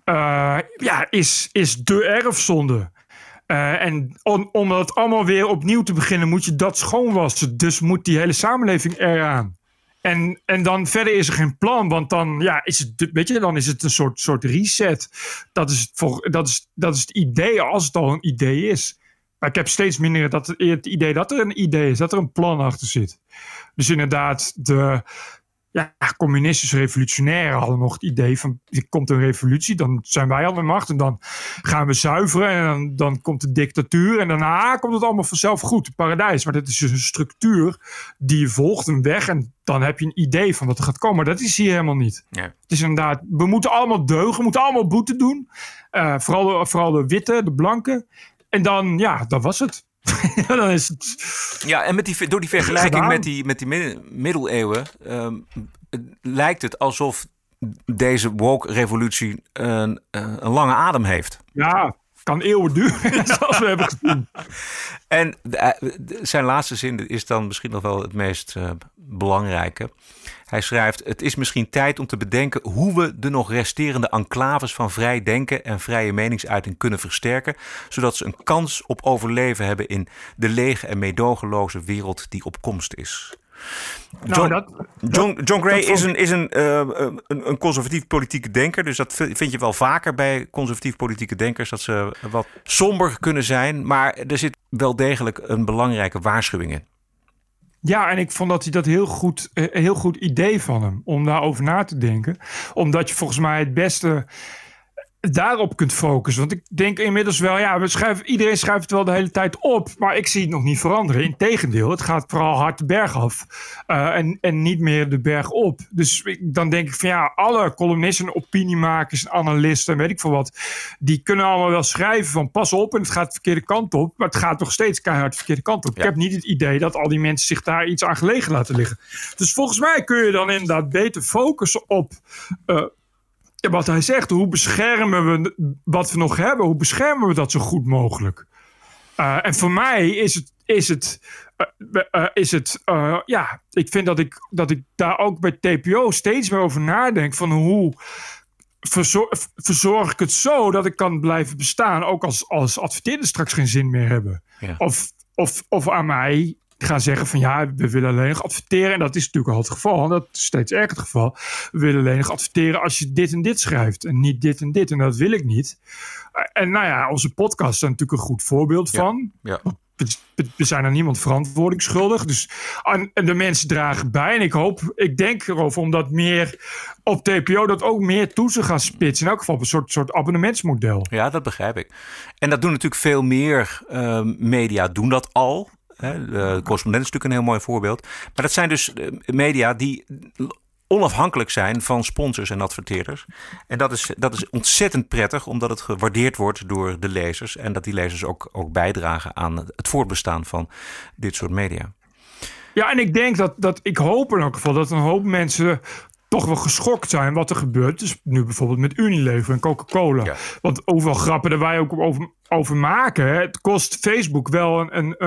Speaker 2: is de erfzonde. En om dat allemaal weer opnieuw te beginnen, moet je dat schoonwassen. Dus moet die hele samenleving eraan. En dan verder is er geen plan, want dan is het een soort reset. Dat is het idee, als het al een idee is. Maar ik heb steeds minder het idee dat er een idee is, dat er een plan achter zit. Dus inderdaad, communistische revolutionairen hadden nog het idee van, er komt een revolutie, dan zijn wij aan de macht en dan gaan we zuiveren en dan komt de dictatuur en daarna komt het allemaal vanzelf goed, het paradijs. Maar dat is dus een structuur die je volgt, een weg, en dan heb je een idee van wat er gaat komen. Maar dat is hier helemaal niet. Ja. Het is inderdaad, we moeten allemaal deugen, we moeten allemaal boete doen. Vooral de witte, de blanke. En dan, dat was het. Dan is het...
Speaker 1: Ja, en door die vergelijking met die middeleeuwen lijkt het alsof deze woke-revolutie een lange adem heeft.
Speaker 2: Ja, kan eeuwen duren, zoals we hebben gezien.
Speaker 1: En zijn laatste zin is dan misschien nog wel het meest belangrijke. Hij schrijft: het is misschien tijd om te bedenken hoe we de nog resterende enclaves van vrij denken en vrije meningsuiting kunnen versterken, zodat ze een kans op overleven hebben in de lege en meedogenloze wereld die op komst is. John Gray is een conservatief politieke denker. Dus dat vind je wel vaker bij conservatief politieke denkers, dat ze wat somber kunnen zijn. Maar er zit wel degelijk een belangrijke waarschuwing in.
Speaker 2: Ja, en ik vond dat hij dat een heel goed idee van hem om daarover na te denken. Omdat je volgens mij het beste daarop kunt focussen. Want ik denk inmiddels wel, iedereen schrijft het wel de hele tijd op, maar ik zie het nog niet veranderen. Integendeel, het gaat vooral hard de berg af en niet meer de berg op. Dus dan denk ik van alle columnisten, opiniemakers, analisten, weet ik veel wat, die kunnen allemaal wel schrijven van pas op en het gaat de verkeerde kant op, maar het gaat nog steeds keihard de verkeerde kant op. Ja. Ik heb niet het idee dat al die mensen zich daar iets aan gelegen laten liggen. Dus volgens mij kun je dan inderdaad beter focussen op wat hij zegt, hoe beschermen we wat we nog hebben? Hoe beschermen we dat zo goed mogelijk? En voor mij ik vind dat ik daar ook bij TPO steeds meer over nadenk van hoe verzorg ik het zo dat ik kan blijven bestaan, ook als adverteerders straks geen zin meer hebben. Ja. Of aan mij gaan zeggen van we willen alleen nog adverteren. En dat is natuurlijk al het geval. En dat is steeds erger het geval. We willen alleen nog adverteren als je dit en dit schrijft. En niet dit en dit. En dat wil ik niet. En onze podcast is daar natuurlijk een goed voorbeeld van. Ja. We zijn aan niemand verantwoording schuldig. Dus, en de mensen dragen bij. En ik denk erover om dat meer op TPO dat ook meer toe gaan spitsen. In elk geval op een soort abonnementsmodel. Ja, dat begrijp ik. En dat doen natuurlijk veel meer media doen dat al. De Correspondent is natuurlijk een heel mooi voorbeeld. Maar dat zijn dus media die onafhankelijk zijn van sponsors en adverteerders. En dat is ontzettend prettig, omdat het gewaardeerd wordt door de lezers. En dat die lezers ook bijdragen aan het voortbestaan van dit soort media. Ja, en ik denk dat ik hoop in elk geval dat een hoop mensen toch wel geschokt zijn wat er gebeurt. Dus nu bijvoorbeeld met Unilever en Coca-Cola. Ja. Want overal grappen daar wij ook over maken. Hè. Het kost Facebook wel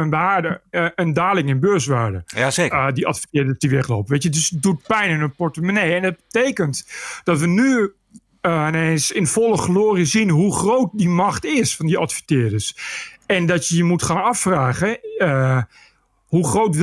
Speaker 2: een daling in beurswaarde.
Speaker 1: Ja, zeker.
Speaker 2: Die adverteerders die weglopen. Weet je, dus het doet pijn in hun portemonnee. En dat betekent dat we nu ineens in volle glorie zien hoe groot die macht is van die adverteerders. En dat je moet gaan afvragen, hoe groot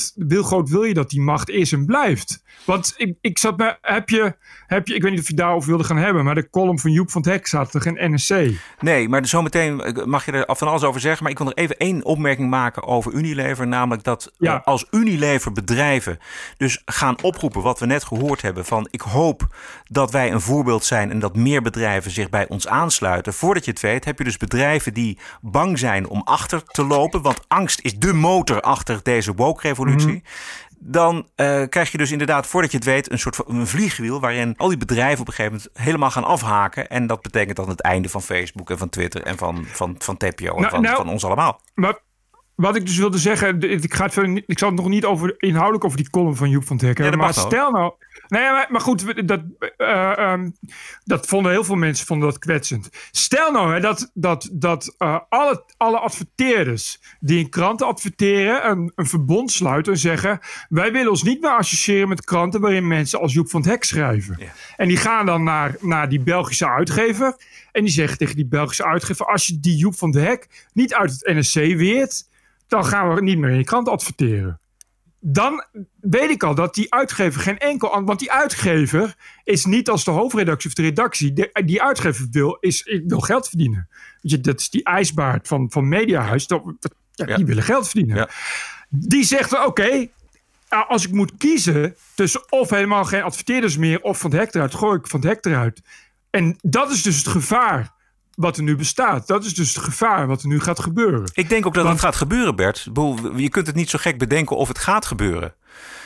Speaker 2: wil je dat die macht is en blijft? Want ik zat bij, heb je, ik weet niet of je daarover wilde gaan hebben, maar de column van Joep van het Hek staat toch in NRC?
Speaker 1: Nee, maar zometeen mag je er van alles over zeggen. Maar ik wil nog even één opmerking maken over Unilever. Namelijk dat als Unilever bedrijven dus gaan oproepen wat we net gehoord hebben van ik hoop dat wij een voorbeeld zijn en dat meer bedrijven zich bij ons aansluiten. Voordat je het weet heb je dus bedrijven die bang zijn om achter te lopen. Want angst is de motor achter deze woke-revolutie. Mm-hmm. Dan krijg je dus inderdaad, voordat je het weet, een soort van een vliegwiel waarin al die bedrijven op een gegeven moment helemaal gaan afhaken. En dat betekent dan het einde van Facebook en van Twitter en van TPO en van ons allemaal. Maar
Speaker 2: wat ik dus wilde zeggen, ik zal het nog niet inhoudelijk over die column van Joep van het Hek hebben. Maar stel nou. Nee, maar goed, dat vonden heel veel mensen dat kwetsend. Stel nou dat alle adverteerders die in kranten adverteren een verbond sluiten en zeggen wij willen ons niet meer associëren met kranten waarin mensen als Joep van het Hek schrijven. Ja. En die gaan dan naar die Belgische uitgever en die zeggen tegen die Belgische uitgever als je die Joep van het Hek niet uit het NRC weert, dan gaan we niet meer in je krant adverteren. Dan weet ik al dat die uitgever geen enkel... Want die uitgever is niet als de hoofdredactie of de redactie. Die uitgever wil geld verdienen. Weet je, dat is die ijsbaard van Mediahuis. Die willen geld verdienen. Ja. Die zegt, oké, als ik moet kiezen tussen of helemaal geen adverteerders meer of Van het Hek eruit, gooi ik Van het Hek eruit. En dat is dus het gevaar wat er nu bestaat. Dat is dus het gevaar wat er nu gaat gebeuren.
Speaker 1: Ik denk ook dat het gaat gebeuren, Bert. Je kunt het niet zo gek bedenken of het gaat gebeuren.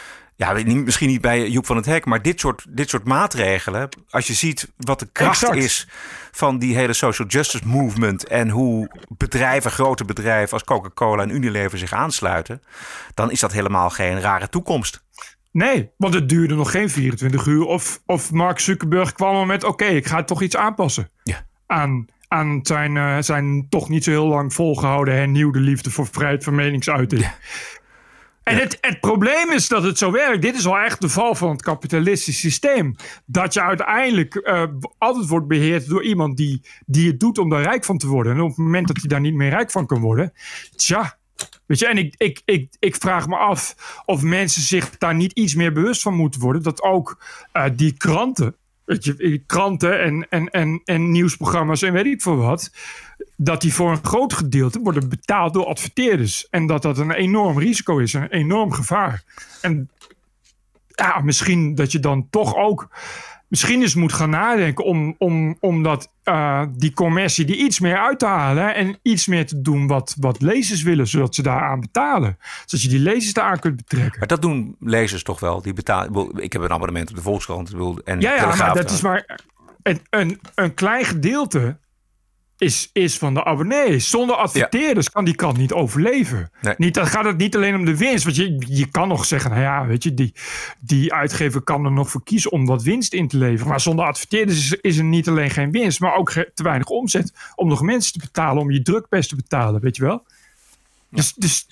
Speaker 1: Ja, misschien niet bij Joep van het Hek, maar dit soort maatregelen, als je ziet wat de kracht is van die hele social justice movement en hoe grote bedrijven als Coca-Cola en Unilever zich aansluiten, dan is dat helemaal geen rare toekomst.
Speaker 2: Nee, want het duurde nog geen 24 uur of Mark Zuckerberg kwam er met oké, ik ga toch iets aanpassen.
Speaker 1: Ja.
Speaker 2: Aan zijn toch niet zo heel lang volgehouden hernieuwde liefde voor vrijheid van meningsuiting. Ja. En het probleem is dat het zo werkt. Dit is wel echt de val van het kapitalistisch systeem. Dat je uiteindelijk altijd wordt beheerd door iemand die het doet om daar rijk van te worden. En op het moment dat hij daar niet meer rijk van kan worden, weet je, en ik vraag me af of mensen zich daar niet iets meer bewust van moeten worden. Dat ook die kranten, weet je, en nieuwsprogramma's en weet ik veel wat, dat die voor een groot gedeelte worden betaald door adverteerders. En dat een enorm risico is, een enorm gevaar. En ja, misschien dat je dan toch ook misschien eens moet gaan nadenken om die commercie die iets meer uit te halen en iets meer te doen wat lezers willen, zodat ze daaraan betalen. Zodat je die lezers daaraan kunt betrekken. Maar
Speaker 1: dat doen lezers toch wel? Die betalen. Ik heb een abonnement op de Volkskrant.
Speaker 2: Ja, maar dat is maar een klein gedeelte is van de abonnees. Zonder adverteerders kan die krant niet overleven. Nee. Dan gaat het niet alleen om de winst. Want je kan nog zeggen, nou ja, weet je, die uitgever kan er nog voor kiezen om wat winst in te leveren. Maar zonder adverteerders is er niet alleen geen winst, maar ook te weinig omzet om nog mensen te betalen, om je drukpers te betalen, weet je wel? Ja. Dus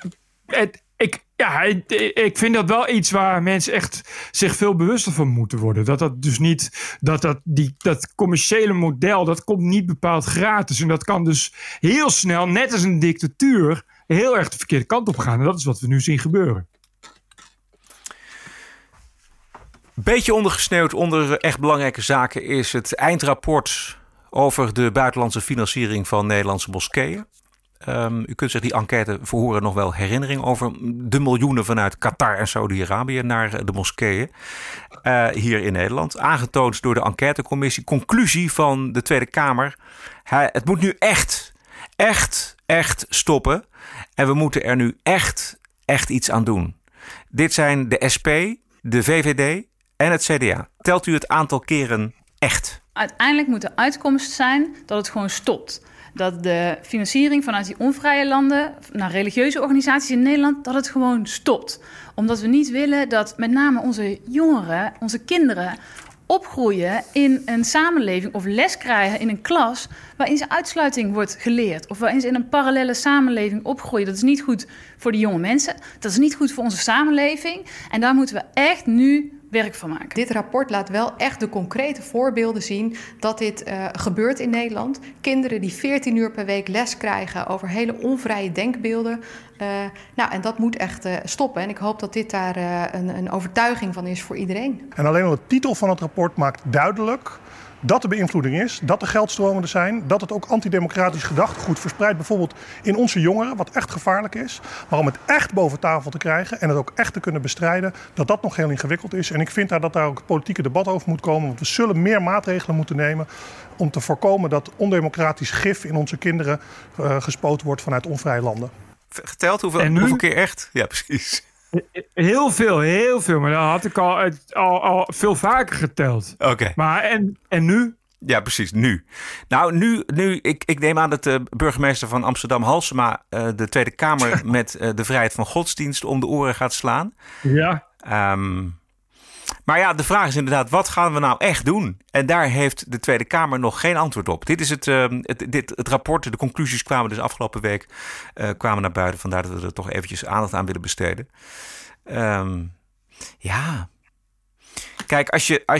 Speaker 2: ik vind dat wel iets waar mensen echt zich veel bewuster van moeten worden. Dat dus niet, dat commerciële model, dat komt niet bepaald gratis. En dat kan dus heel snel, net als een dictatuur, heel erg de verkeerde kant op gaan. En dat is wat we nu zien gebeuren.
Speaker 1: Beetje ondergesneeuwd onder echt belangrijke zaken is het eindrapport over de buitenlandse financiering van Nederlandse moskeeën. U kunt zich die enquête verhoren nog wel herinnering over de miljoenen vanuit Qatar en Saudi-Arabië naar de moskeeën hier in Nederland. Aangetoond door de enquêtecommissie. Conclusie van de Tweede Kamer. Het moet nu echt stoppen. En we moeten er nu echt iets aan doen. Dit zijn de SP, de VVD en het CDA. Telt u het aantal keren echt?
Speaker 12: Uiteindelijk moet de uitkomst zijn dat het gewoon stopt. Dat de financiering vanuit die onvrije landen naar religieuze organisaties in Nederland, dat het gewoon stopt. Omdat we niet willen dat met name onze jongeren, onze kinderen, opgroeien in een samenleving of les krijgen in een klas waarin ze uitsluiting wordt geleerd. Of waarin ze in een parallele samenleving opgroeien. Dat is niet goed voor de jonge mensen. Dat is niet goed voor onze samenleving. En daar moeten we echt nu werk van maken.
Speaker 13: Dit rapport laat wel echt de concrete voorbeelden zien dat dit gebeurt in Nederland. Kinderen die 14 uur per week les krijgen over hele onvrije denkbeelden. En dat moet echt stoppen. En ik hoop dat dit daar een overtuiging van is voor iedereen.
Speaker 14: En alleen al de titel van het rapport maakt duidelijk dat er beïnvloeding is, dat er geldstromen er zijn, dat het ook antidemocratisch gedachtegoed verspreidt, bijvoorbeeld in onze jongeren, wat echt gevaarlijk is. Maar om het echt boven tafel te krijgen en het ook echt te kunnen bestrijden, dat nog heel ingewikkeld is. En ik vind dat daar ook het politieke debat over moet komen, want we zullen meer maatregelen moeten nemen om te voorkomen dat ondemocratisch gif in onze kinderen gespoten wordt vanuit onvrije landen.
Speaker 1: Geteld hoeveel keer echt? Ja, precies.
Speaker 2: Heel veel. Maar dat had ik al veel vaker geteld.
Speaker 1: Oké.
Speaker 2: Maar en nu?
Speaker 1: Ja, precies, nu. Nou, nu ik neem aan dat de burgemeester van Amsterdam, Halsema, de Tweede Kamer met de vrijheid van godsdienst om de oren gaat slaan.
Speaker 2: Ja.
Speaker 1: Maar ja, de vraag is inderdaad, wat gaan we nou echt doen? En daar heeft de Tweede Kamer nog geen antwoord op. Dit is het rapport, de conclusies kwamen dus afgelopen week kwamen naar buiten. Vandaar dat we er toch eventjes aandacht aan willen besteden. Ja. Kijk,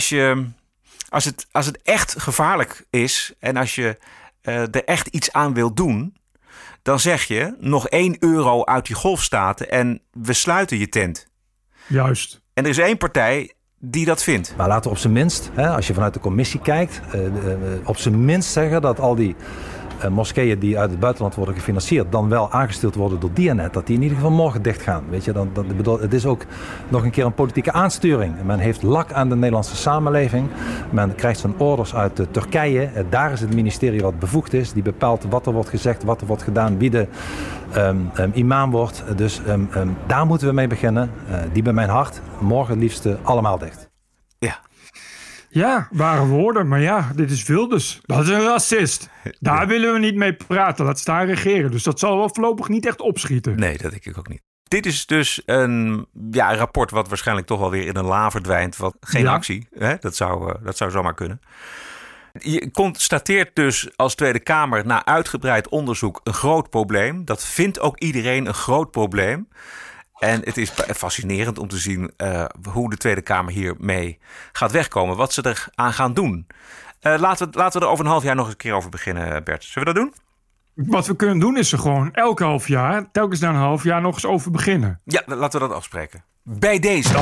Speaker 1: als het echt gevaarlijk is en als je er echt iets aan wil doen, dan zeg je nog €1 uit die golfstaten en we sluiten je tent.
Speaker 2: Juist.
Speaker 1: En er is één partij die dat vindt.
Speaker 15: Maar laten we op zijn minst, als je vanuit de commissie kijkt, op zijn minst zeggen dat al die moskeeën die uit het buitenland worden gefinancierd dan wel aangestuurd worden door Diyanet, dat die in ieder geval morgen dicht gaan. Weet je, het is ook nog een keer een politieke aansturing. Men heeft lak aan de Nederlandse samenleving. Men krijgt zijn orders uit Turkije. Daar is het ministerie wat bevoegd is. Die bepaalt wat er wordt gezegd, wat er wordt gedaan, wie de imam wordt. Dus daar moeten we mee beginnen. Die bij mijn hart. Morgen het liefst allemaal dicht.
Speaker 2: Ja, ware woorden. Maar ja, dit is Wilders. Dat is een racist. Daar willen we niet mee praten. Laat staan regeren. Dus dat zal wel voorlopig niet echt opschieten.
Speaker 1: Nee, dat denk ik ook niet. Dit is dus een rapport wat waarschijnlijk toch wel weer in een la verdwijnt. Wat geen actie. Hè? Dat zou zomaar kunnen. Je constateert dus als Tweede Kamer na uitgebreid onderzoek een groot probleem. Dat vindt ook iedereen een groot probleem. En het is fascinerend om te zien hoe de Tweede Kamer hiermee gaat wegkomen. Wat ze er aan gaan doen. Laten we er over een half jaar nog eens een keer over beginnen, Bert. Zullen we dat doen?
Speaker 2: Wat we kunnen doen is er gewoon elke half jaar, telkens na een half jaar nog eens over beginnen.
Speaker 1: Ja, laten we dat afspreken. Bij deze.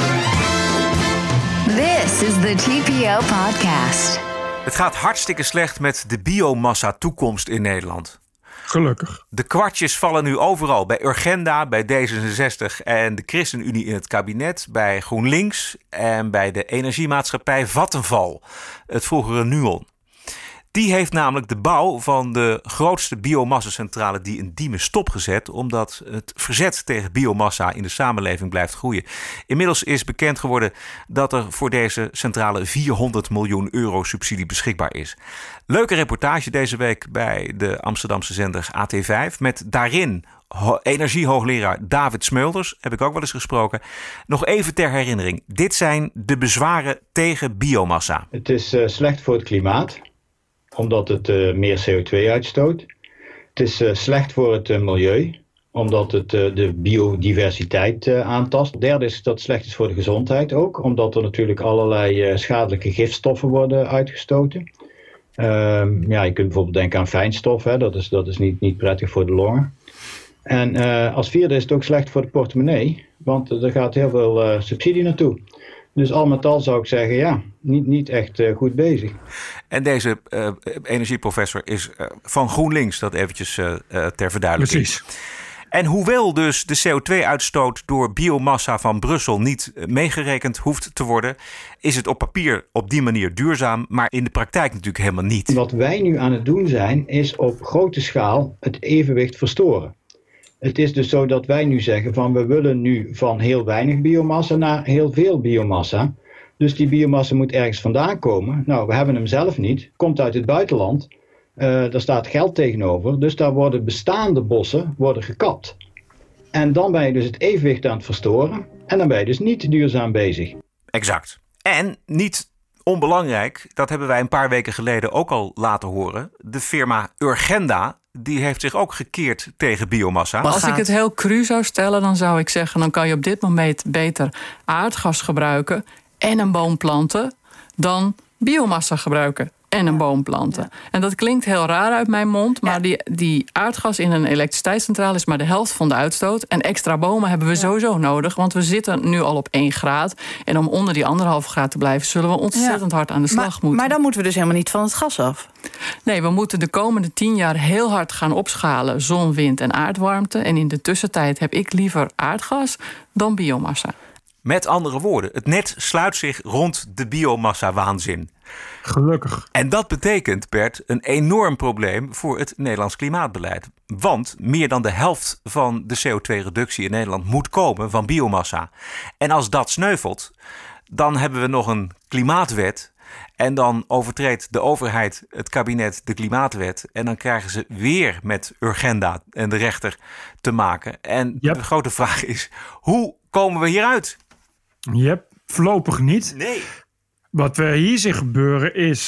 Speaker 3: This is the TPO podcast.
Speaker 1: Het gaat hartstikke slecht met de biomassa-toekomst in Nederland.
Speaker 2: Gelukkig.
Speaker 1: De kwartjes vallen nu overal. Bij Urgenda, bij D66 en de ChristenUnie in het kabinet. Bij GroenLinks en bij de energiemaatschappij Vattenfall. Het vroegere Nuon. Die heeft namelijk de bouw van de grootste biomassacentrale die in Diemen stopgezet, omdat het verzet tegen biomassa in de samenleving blijft groeien. Inmiddels is bekend geworden dat er voor deze centrale 400 miljoen euro subsidie beschikbaar is. Leuke reportage deze week bij de Amsterdamse zender AT5 met daarin energiehoogleraar David Smulders, heb ik ook wel eens gesproken. Nog even ter herinnering, dit zijn de bezwaren tegen biomassa.
Speaker 16: Het is slecht voor het klimaat, omdat het meer CO2 uitstoot. Het is slecht voor het milieu, omdat het de biodiversiteit aantast. Het derde is dat het slecht is voor de gezondheid ook, omdat er natuurlijk allerlei schadelijke gifstoffen worden uitgestoten. Je kunt bijvoorbeeld denken aan fijnstof, hè? Dat is niet prettig voor de longen. En als vierde is het ook slecht voor de portemonnee, want er gaat heel veel subsidie naartoe. Dus al met al zou ik zeggen, niet echt goed bezig.
Speaker 1: En deze energieprofessor is van GroenLinks, dat eventjes ter verduidelijking.
Speaker 2: Precies.
Speaker 1: En hoewel dus de CO2-uitstoot door biomassa van Brussel niet meegerekend hoeft te worden, is het op papier op die manier duurzaam, maar in de praktijk natuurlijk helemaal niet.
Speaker 16: Wat wij nu aan het doen zijn, is op grote schaal het evenwicht verstoren. Het is dus zo dat wij nu zeggen van we willen nu van heel weinig biomassa naar heel veel biomassa. Dus die biomassa moet ergens vandaan komen. Nou, we hebben hem zelf niet. Komt uit het buitenland. Daar staat geld tegenover. Dus daar worden bestaande bossen gekapt. En dan ben je dus het evenwicht aan het verstoren. En dan ben je dus niet duurzaam bezig.
Speaker 1: Exact. En niet onbelangrijk, dat hebben wij een paar weken geleden ook al laten horen. De firma Urgenda, die heeft zich ook gekeerd tegen biomassa.
Speaker 17: Als ik het heel cru zou stellen, dan zou ik zeggen, dan kan je op dit moment beter aardgas gebruiken en een boom planten dan biomassa gebruiken en een boom planten. Ja. En dat klinkt heel raar uit mijn mond, maar die aardgas in een elektriciteitscentrale is maar de helft van de uitstoot. En extra bomen hebben we sowieso nodig, want we zitten nu al op 1 graad. En om onder die 1,5 graad te blijven, zullen we ontzettend hard aan de slag moeten.
Speaker 11: Maar dan moeten we dus helemaal niet van het gas af.
Speaker 17: Nee, we moeten de komende 10 jaar heel hard gaan opschalen zon, wind en aardwarmte. En in de tussentijd heb ik liever aardgas dan biomassa.
Speaker 1: Met andere woorden, het net sluit zich rond de biomassa-waanzin.
Speaker 2: Gelukkig.
Speaker 1: En dat betekent, Bert, een enorm probleem voor het Nederlands klimaatbeleid. Want meer dan de helft van de CO2-reductie in Nederland moet komen van biomassa. En als dat sneuvelt, dan hebben we nog een klimaatwet. En dan overtreedt de overheid, het kabinet, de klimaatwet. En dan krijgen ze weer met Urgenda en de rechter te maken. En de grote vraag is, hoe komen we hieruit?
Speaker 2: Voorlopig niet.
Speaker 1: Nee.
Speaker 2: Wat we hier zien gebeuren is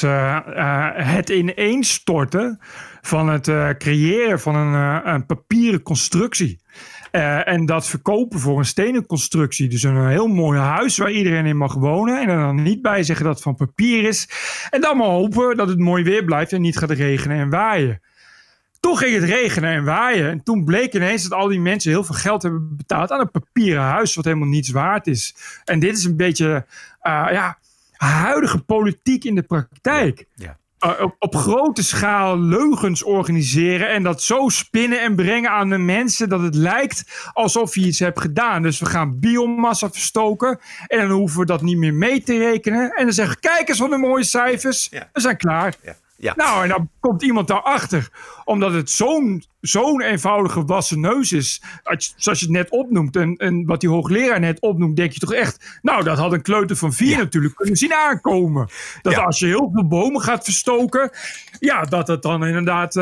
Speaker 2: het ineenstorten van het creëren van een papieren constructie. En dat verkopen voor een stenen constructie. Dus een heel mooi huis waar iedereen in mag wonen. En er dan niet bij zeggen dat het van papier is. En dan maar hopen dat het mooi weer blijft en niet gaat regenen en waaien. Toen ging het regenen en waaien. En toen bleek ineens dat al die mensen heel veel geld hebben betaald aan een papieren huis wat helemaal niets waard is. En dit is een beetje huidige politiek in de praktijk.
Speaker 1: Ja.
Speaker 2: op grote schaal leugens organiseren en dat zo spinnen en brengen aan de mensen dat het lijkt alsof je iets hebt gedaan. Dus we gaan biomassa verstoken en dan hoeven we dat niet meer mee te rekenen. En dan zeggen we, kijk eens wat de mooie cijfers, we zijn klaar.
Speaker 1: Ja. Ja.
Speaker 2: Nou, en dan komt iemand daarachter. Omdat het zo'n eenvoudige wassen neus is. Zoals je het net opnoemt. En wat die hoogleraar net opnoemt. Denk je toch echt. Nou, dat had een kleuter van 4 natuurlijk kunnen zien aankomen. Dat als je heel veel bomen gaat verstoken. Ja, dat het dan inderdaad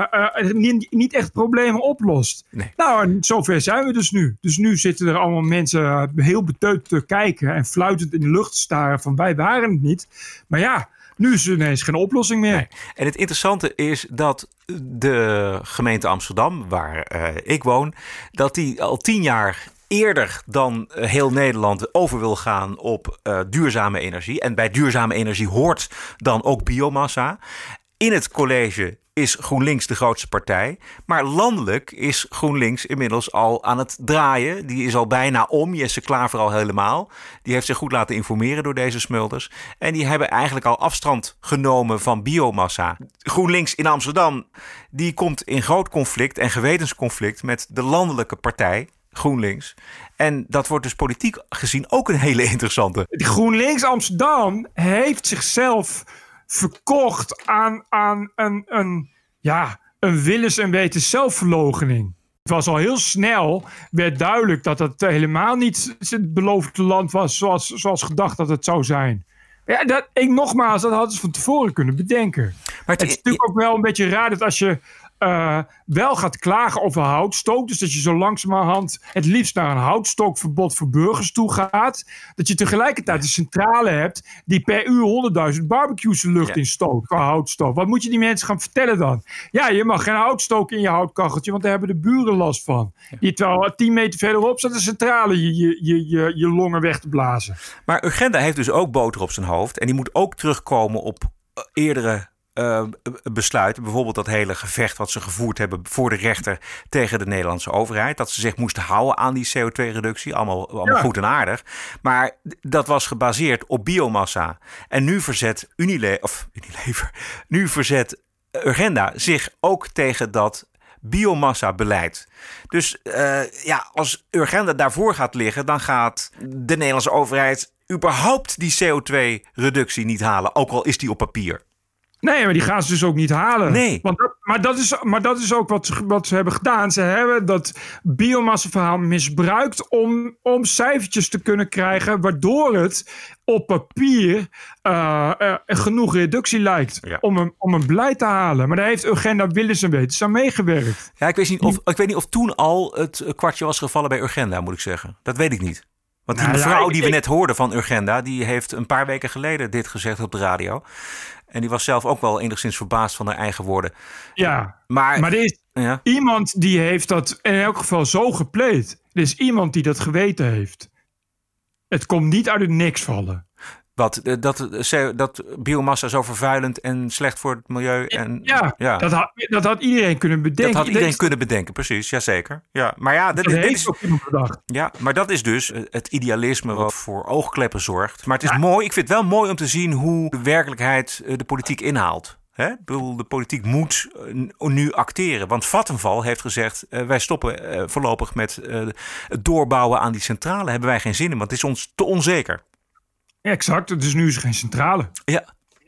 Speaker 2: niet echt problemen oplost.
Speaker 1: Nee.
Speaker 2: Nou, en zover zijn we dus nu. Dus nu zitten er allemaal mensen heel beteut te kijken. En fluitend in de lucht te staren van wij waren het niet. Maar ja. Nu is er ineens geen oplossing meer.
Speaker 1: Nee. En het interessante is dat de gemeente Amsterdam, waar ik woon, dat die al 10 jaar eerder dan heel Nederland over wil gaan op duurzame energie. En bij duurzame energie hoort dan ook biomassa. In het college is GroenLinks de grootste partij. Maar landelijk is GroenLinks inmiddels al aan het draaien. Die is al bijna om. Jesse Klaver al helemaal. Die heeft zich goed laten informeren door deze smulders. En die hebben eigenlijk al afstand genomen van biomassa. GroenLinks in Amsterdam, die komt in groot conflict en gewetensconflict met de landelijke partij GroenLinks. En dat wordt dus politiek gezien ook een hele interessante.
Speaker 2: GroenLinks Amsterdam heeft zichzelf verkocht aan een willens en wetens zelfverloochening. Het was al heel snel, werd duidelijk dat het helemaal niet het beloofde land was zoals gedacht dat het zou zijn. Ja, dat hadden ze van tevoren kunnen bedenken. Maar het is natuurlijk ook wel een beetje raar dat als je wel gaat klagen over houtstook, dus dat je zo langzamerhand het liefst naar een houtstookverbod voor burgers toe gaat, dat je tegelijkertijd een centrale hebt die per uur 100.000 barbecues de lucht in stoot qua houtstook. Wat moet je die mensen gaan vertellen dan? Ja, je mag geen houtstook in je houtkacheltje, want daar hebben de buren last van. Terwijl 10 meter verderop staat een centrale je longen weg te blazen.
Speaker 1: Maar Urgenda heeft dus ook boter op zijn hoofd en die moet ook terugkomen op eerdere besluiten. Bijvoorbeeld dat hele gevecht wat ze gevoerd hebben voor de rechter tegen de Nederlandse overheid. Dat ze zich moesten houden aan die CO2-reductie. Allemaal goed en aardig. Maar dat was gebaseerd op biomassa. En nu verzet Urgenda zich ook tegen dat biomassa-beleid. Dus als Urgenda daarvoor gaat liggen, dan gaat de Nederlandse overheid überhaupt die CO2-reductie niet halen. Ook al is die op papier.
Speaker 2: Nee, maar die gaan ze dus ook niet halen.
Speaker 1: Nee.
Speaker 2: Maar dat is ook wat ze hebben gedaan. Ze hebben dat biomassa-verhaal misbruikt om cijfertjes te kunnen krijgen, waardoor het op papier genoeg reductie lijkt om een beleid te halen. Maar daar heeft Urgenda willens en wetens aan meegewerkt.
Speaker 1: Ja, ik weet niet of toen al het kwartje was gevallen bij Urgenda, moet ik zeggen. Dat weet ik niet. Want die mevrouw die we net hoorden van Urgenda, die heeft een paar weken geleden dit gezegd op de radio. En die was zelf ook wel enigszins verbaasd van haar eigen woorden.
Speaker 2: Ja, maar er is iemand die heeft dat in elk geval zo gepleed. Er is iemand die dat geweten heeft. Het komt niet uit het niks vallen.
Speaker 1: Dat biomassa zo vervuilend en slecht voor het milieu. En,
Speaker 2: dat had iedereen kunnen bedenken.
Speaker 1: Dat had iedereen kunnen bedenken, precies. Jazeker. Ja, maar ja, dit is
Speaker 2: ook iemand gedacht.
Speaker 1: Ja, maar dat is dus het idealisme wat voor oogkleppen zorgt. Maar het is mooi. Ik vind het wel mooi om te zien hoe de werkelijkheid de politiek inhaalt. Ik bedoel, de politiek moet nu acteren. Want Vattenfall heeft gezegd, wij stoppen voorlopig met het doorbouwen aan die centrale. Hebben wij geen zin in, want het is ons te onzeker.
Speaker 2: Exact, dus nu is er geen centrale.
Speaker 1: Ja.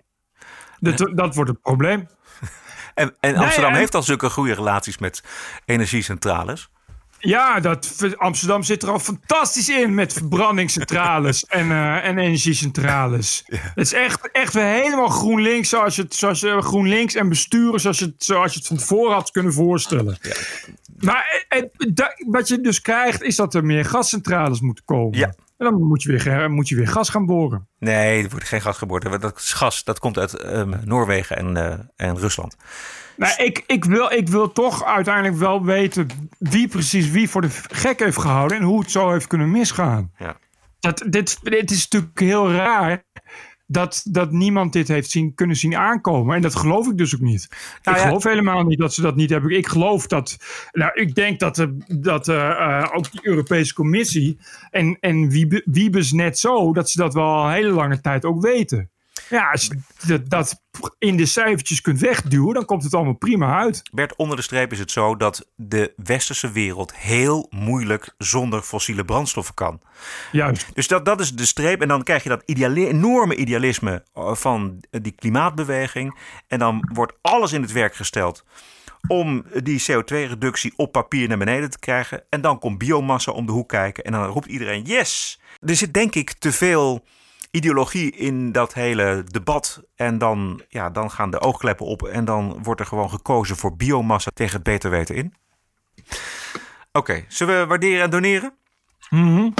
Speaker 2: Dat wordt het probleem.
Speaker 1: En Amsterdam heeft al zulke goede relaties met energiecentrales.
Speaker 2: Ja, Amsterdam zit er al fantastisch in met verbrandingscentrales en energiecentrales. Ja. Het is echt weer helemaal GroenLinks, zoals je GroenLinks en besturen zoals je het van tevoren had kunnen voorstellen. Ja. Maar wat je dus krijgt is dat er meer gascentrales moeten komen. Ja. En dan moet je weer gas gaan boren.
Speaker 1: Nee, er wordt geen gas geboord. Dat gas dat komt uit Noorwegen en Rusland.
Speaker 2: Nou, ik wil toch uiteindelijk wel weten wie voor de gek heeft gehouden en hoe het zo heeft kunnen misgaan. Ja. Dit is natuurlijk heel raar dat niemand dit heeft kunnen zien aankomen. En dat geloof ik dus ook niet. Ik geloof helemaal niet dat ze dat niet hebben. Ik geloof dat... Nou, ik denk dat ook die Europese Commissie en Wiebes net zo, dat ze dat wel al een hele lange tijd ook weten. Ja, als je dat in de cijfertjes kunt wegduwen, dan komt het allemaal prima uit.
Speaker 1: Bert, onder de streep is het zo dat de westerse wereld heel moeilijk zonder fossiele brandstoffen kan.
Speaker 2: Juist.
Speaker 1: Dus dat is de streep. En dan krijg je dat enorme idealisme van die klimaatbeweging. En dan wordt alles in het werk gesteld om die CO2-reductie op papier naar beneden te krijgen. En dan komt biomassa om de hoek kijken. En dan roept iedereen yes! Er zit denk ik te veel ideologie in dat hele debat. En dan gaan de oogkleppen op. En dan wordt er gewoon gekozen voor biomassa tegen het beter weten in. Oké, zullen we waarderen en doneren?
Speaker 2: Mm-hmm.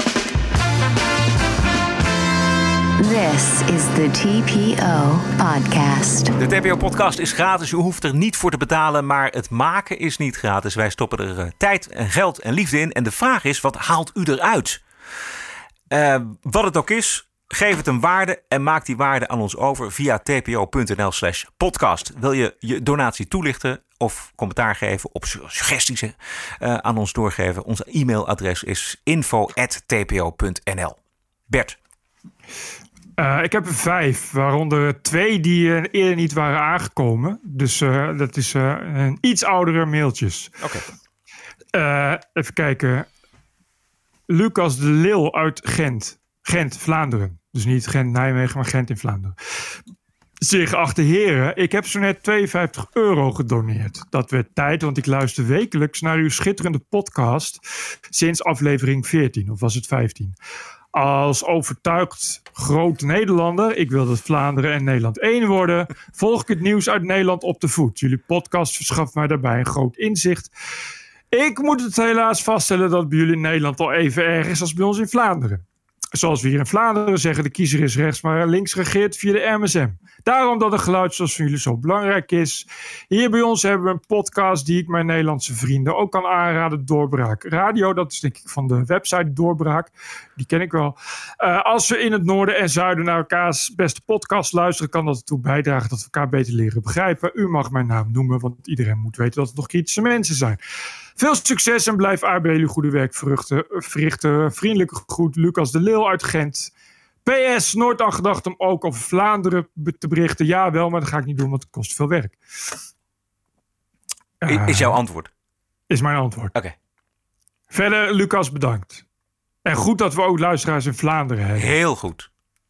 Speaker 3: This is the TPO Podcast.
Speaker 1: De TPO-podcast is gratis. U hoeft er niet voor te betalen, maar het maken is niet gratis. Wij stoppen er tijd en geld en liefde in. En de vraag is, wat haalt u eruit? Wat het ook is, geef het een waarde en maak die waarde aan ons over via tpo.nl/podcast. Wil je je donatie toelichten of commentaar geven of suggesties aan ons doorgeven? Ons e-mailadres is info@tpo.nl. Bert.
Speaker 2: Ik heb er 5, waaronder 2 die eerder niet waren aangekomen. Dus dat is een iets oudere mailtjes.
Speaker 1: Oké.
Speaker 2: Even kijken. Lucas de Leeuw uit Gent. Gent, Vlaanderen. Dus niet Gent-Nijmegen, maar Gent in Vlaanderen. Zeer geachte heren, ik heb zo net €52 gedoneerd. Dat werd tijd, want ik luister wekelijks naar uw schitterende podcast sinds aflevering 14, of was het 15. Als overtuigd groot Nederlander, ik wil dat Vlaanderen en Nederland één worden, volg ik het nieuws uit Nederland op de voet. Jullie podcast verschaft mij daarbij een groot inzicht. Ik moet het helaas vaststellen dat bij jullie in Nederland al even erg is als bij ons in Vlaanderen. Zoals we hier in Vlaanderen zeggen, de kiezer is rechts, maar links regeert via de MSM. Daarom dat een geluid zoals van jullie zo belangrijk is. Hier bij ons hebben we een podcast die ik mijn Nederlandse vrienden ook kan aanraden. Doorbraak Radio, dat is denk ik van de website Doorbraak. Die ken ik wel. Als we in het noorden en zuiden naar elkaars beste podcast luisteren, kan dat ertoe bijdragen dat we elkaar beter leren begrijpen. U mag mijn naam noemen, want iedereen moet weten dat het nog kritische mensen zijn. Veel succes en blijf bij jullie goede werk verrichten. Vriendelijke groet, Lucas de Leeuw uit Gent. PS, nooit aan gedacht om ook over Vlaanderen te berichten. Ja, wel, maar dat ga ik niet doen, want het kost veel werk.
Speaker 1: Is jouw antwoord?
Speaker 2: Is mijn antwoord.
Speaker 1: Oké.
Speaker 2: Verder, Lucas, bedankt. En goed dat we ook luisteraars in Vlaanderen hebben.
Speaker 1: Heel goed.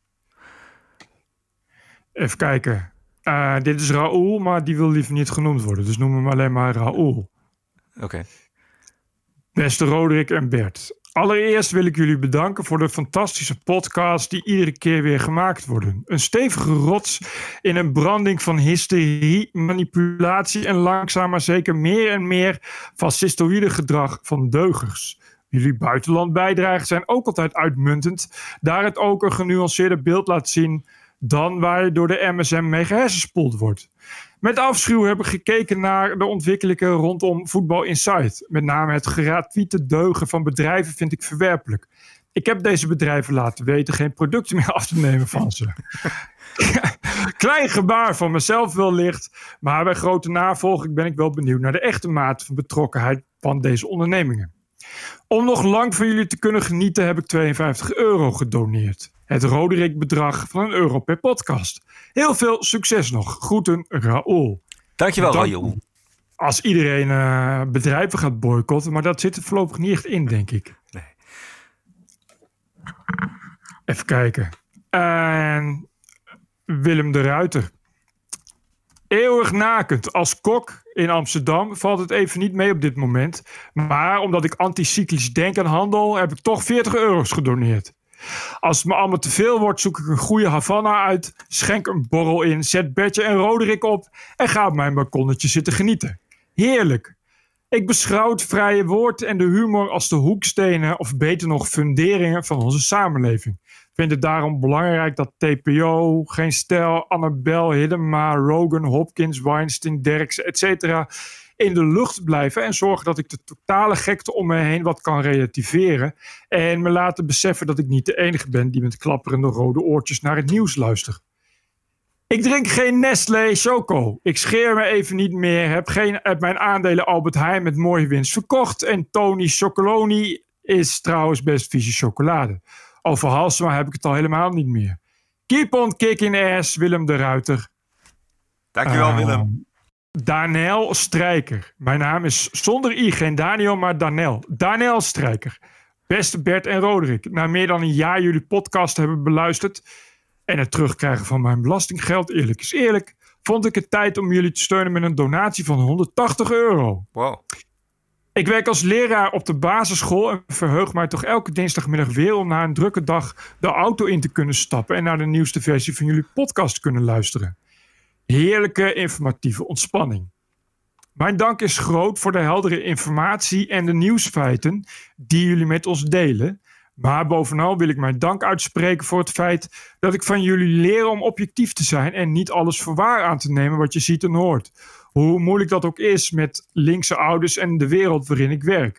Speaker 2: Even kijken. Dit is Raoul, maar die wil liever niet genoemd worden. Dus noemen we hem alleen maar Raoul.
Speaker 1: Oké.
Speaker 2: Beste Roderick en Bert. Allereerst wil ik jullie bedanken voor de fantastische podcasts die iedere keer weer gemaakt worden. Een stevige rots in een branding van hysterie, manipulatie en langzaam maar zeker meer en meer fascistoïde gedrag van deugers. Jullie buitenlandbijdragen zijn ook altijd uitmuntend, daar het ook een genuanceerder beeld laat zien dan waar je door de MSM mee gehersenspoeld wordt. Met afschuw hebben we gekeken naar de ontwikkelingen rondom Voetbal Insight. Met name het gratuite deugen van bedrijven vind ik verwerpelijk. Ik heb deze bedrijven laten weten geen producten meer af te nemen van ze. Klein gebaar van mezelf wellicht, maar bij grote navolging ben ik wel benieuwd naar de echte mate van betrokkenheid van deze ondernemingen. Om nog lang van jullie te kunnen genieten heb ik €52 gedoneerd. Het Roderick-bedrag van €1 per podcast. Heel veel succes nog. Groeten, Raoul.
Speaker 1: Dankjewel, Raoul.
Speaker 2: Als iedereen bedrijven gaat boycotten, maar dat zit er voorlopig niet echt in, denk ik.
Speaker 1: Nee.
Speaker 2: Even kijken. En Willem de Ruiter. Eeuwig nakend. Als kok in Amsterdam valt het even niet mee op dit moment. Maar omdat ik anticyclisch denk en handel, heb ik toch €40 gedoneerd. Als het me allemaal te veel wordt, zoek ik een goede Havana uit, schenk een borrel in, zet Bertje en Roderick op en ga op mijn balkonnetje zitten genieten. Heerlijk. Ik beschouw het vrije woord en de humor als de hoekstenen of beter nog funderingen van onze samenleving. Ik vind het daarom belangrijk dat TPO, Geen Stijl, Annabel, Hiddema, Rogan, Hopkins, Weinstein, Derksen, etc. in de lucht blijven en zorgen dat ik de totale gekte om me heen wat kan relativeren en me laten beseffen dat ik niet de enige ben die met klapperende rode oortjes naar het nieuws luistert. Ik drink geen Nestlé Choco. Ik scheer me even niet meer. Heb mijn aandelen Albert Heijn met mooie winst verkocht. En Tony Chocoloni is trouwens best vieze chocolade. Over Halsema heb ik het al helemaal niet meer. Keep on kicking ass, Willem de Ruiter.
Speaker 1: Dankjewel, Willem.
Speaker 2: Daniel Strijker. Mijn naam is zonder i, geen Daniel, maar Daniel. Daniel Strijker. Beste Bert en Roderick. Na meer dan een jaar jullie podcast hebben beluisterd en het terugkrijgen van mijn belastinggeld, eerlijk is eerlijk, vond ik het tijd om jullie te steunen met een donatie van €180.
Speaker 1: Wow.
Speaker 2: Ik werk als leraar op de basisschool en verheug mij toch elke dinsdagmiddag weer om na een drukke dag de auto in te kunnen stappen en naar de nieuwste versie van jullie podcast te kunnen luisteren. Heerlijke informatieve ontspanning. Mijn dank is groot voor de heldere informatie en de nieuwsfeiten die jullie met ons delen. Maar bovenal wil ik mijn dank uitspreken voor het feit dat ik van jullie leer om objectief te zijn en niet alles voor waar aan te nemen wat je ziet en hoort. Hoe moeilijk dat ook is met linkse ouders en de wereld waarin ik werk.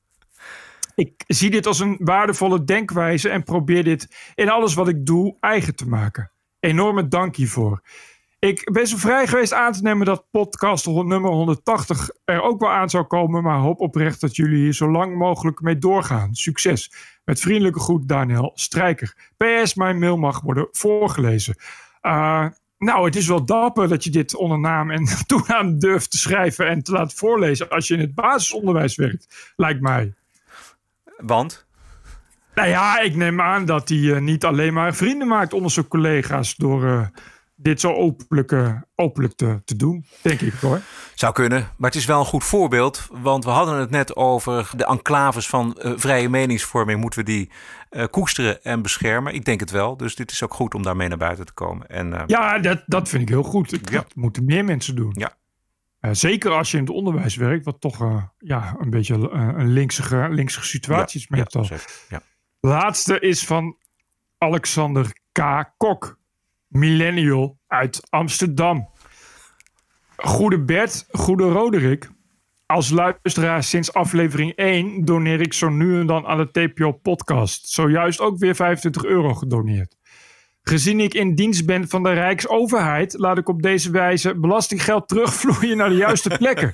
Speaker 2: Ik zie dit als een waardevolle denkwijze en probeer dit in alles wat ik doe eigen te maken. Enorme dank hiervoor. Ik ben zo vrij geweest aan te nemen dat podcast nummer 180 er ook wel aan zou komen, maar hoop oprecht dat jullie hier zo lang mogelijk mee doorgaan. Succes. Met vriendelijke groet, Daniel Strijker. PS, mijn mail mag worden voorgelezen. Nou, het is wel dapper dat je dit onder naam en toenaam durft te schrijven en te laten voorlezen als je in het basisonderwijs werkt, lijkt mij.
Speaker 1: Want?
Speaker 2: Nou ja, ik neem aan dat hij niet alleen maar vrienden maakt onder zijn collega's door dit zo openlijk te doen, denk ik hoor.
Speaker 1: Zou kunnen, maar het is wel een goed voorbeeld. Want we hadden het net over de enclaves van vrije meningsvorming. Moeten we die koesteren en beschermen? Ik denk het wel. Dus dit is ook goed om daarmee naar buiten te komen. En,
Speaker 2: ja, dat vind ik heel goed. Dat moeten meer mensen doen.
Speaker 1: Ja.
Speaker 2: Zeker als je in het onderwijs werkt, wat toch een beetje een linkse situatie is meestal.
Speaker 1: Ja.
Speaker 2: Laatste is van Alexander K. Kok. Millennial uit Amsterdam. Goede Bert, goede Roderick. Als luisteraar sinds aflevering 1 doneer ik zo nu en dan aan de TPO-podcast. Zojuist ook weer €25 gedoneerd. Gezien ik in dienst ben van de Rijksoverheid, laat ik op deze wijze belastinggeld terugvloeien naar de juiste plekken.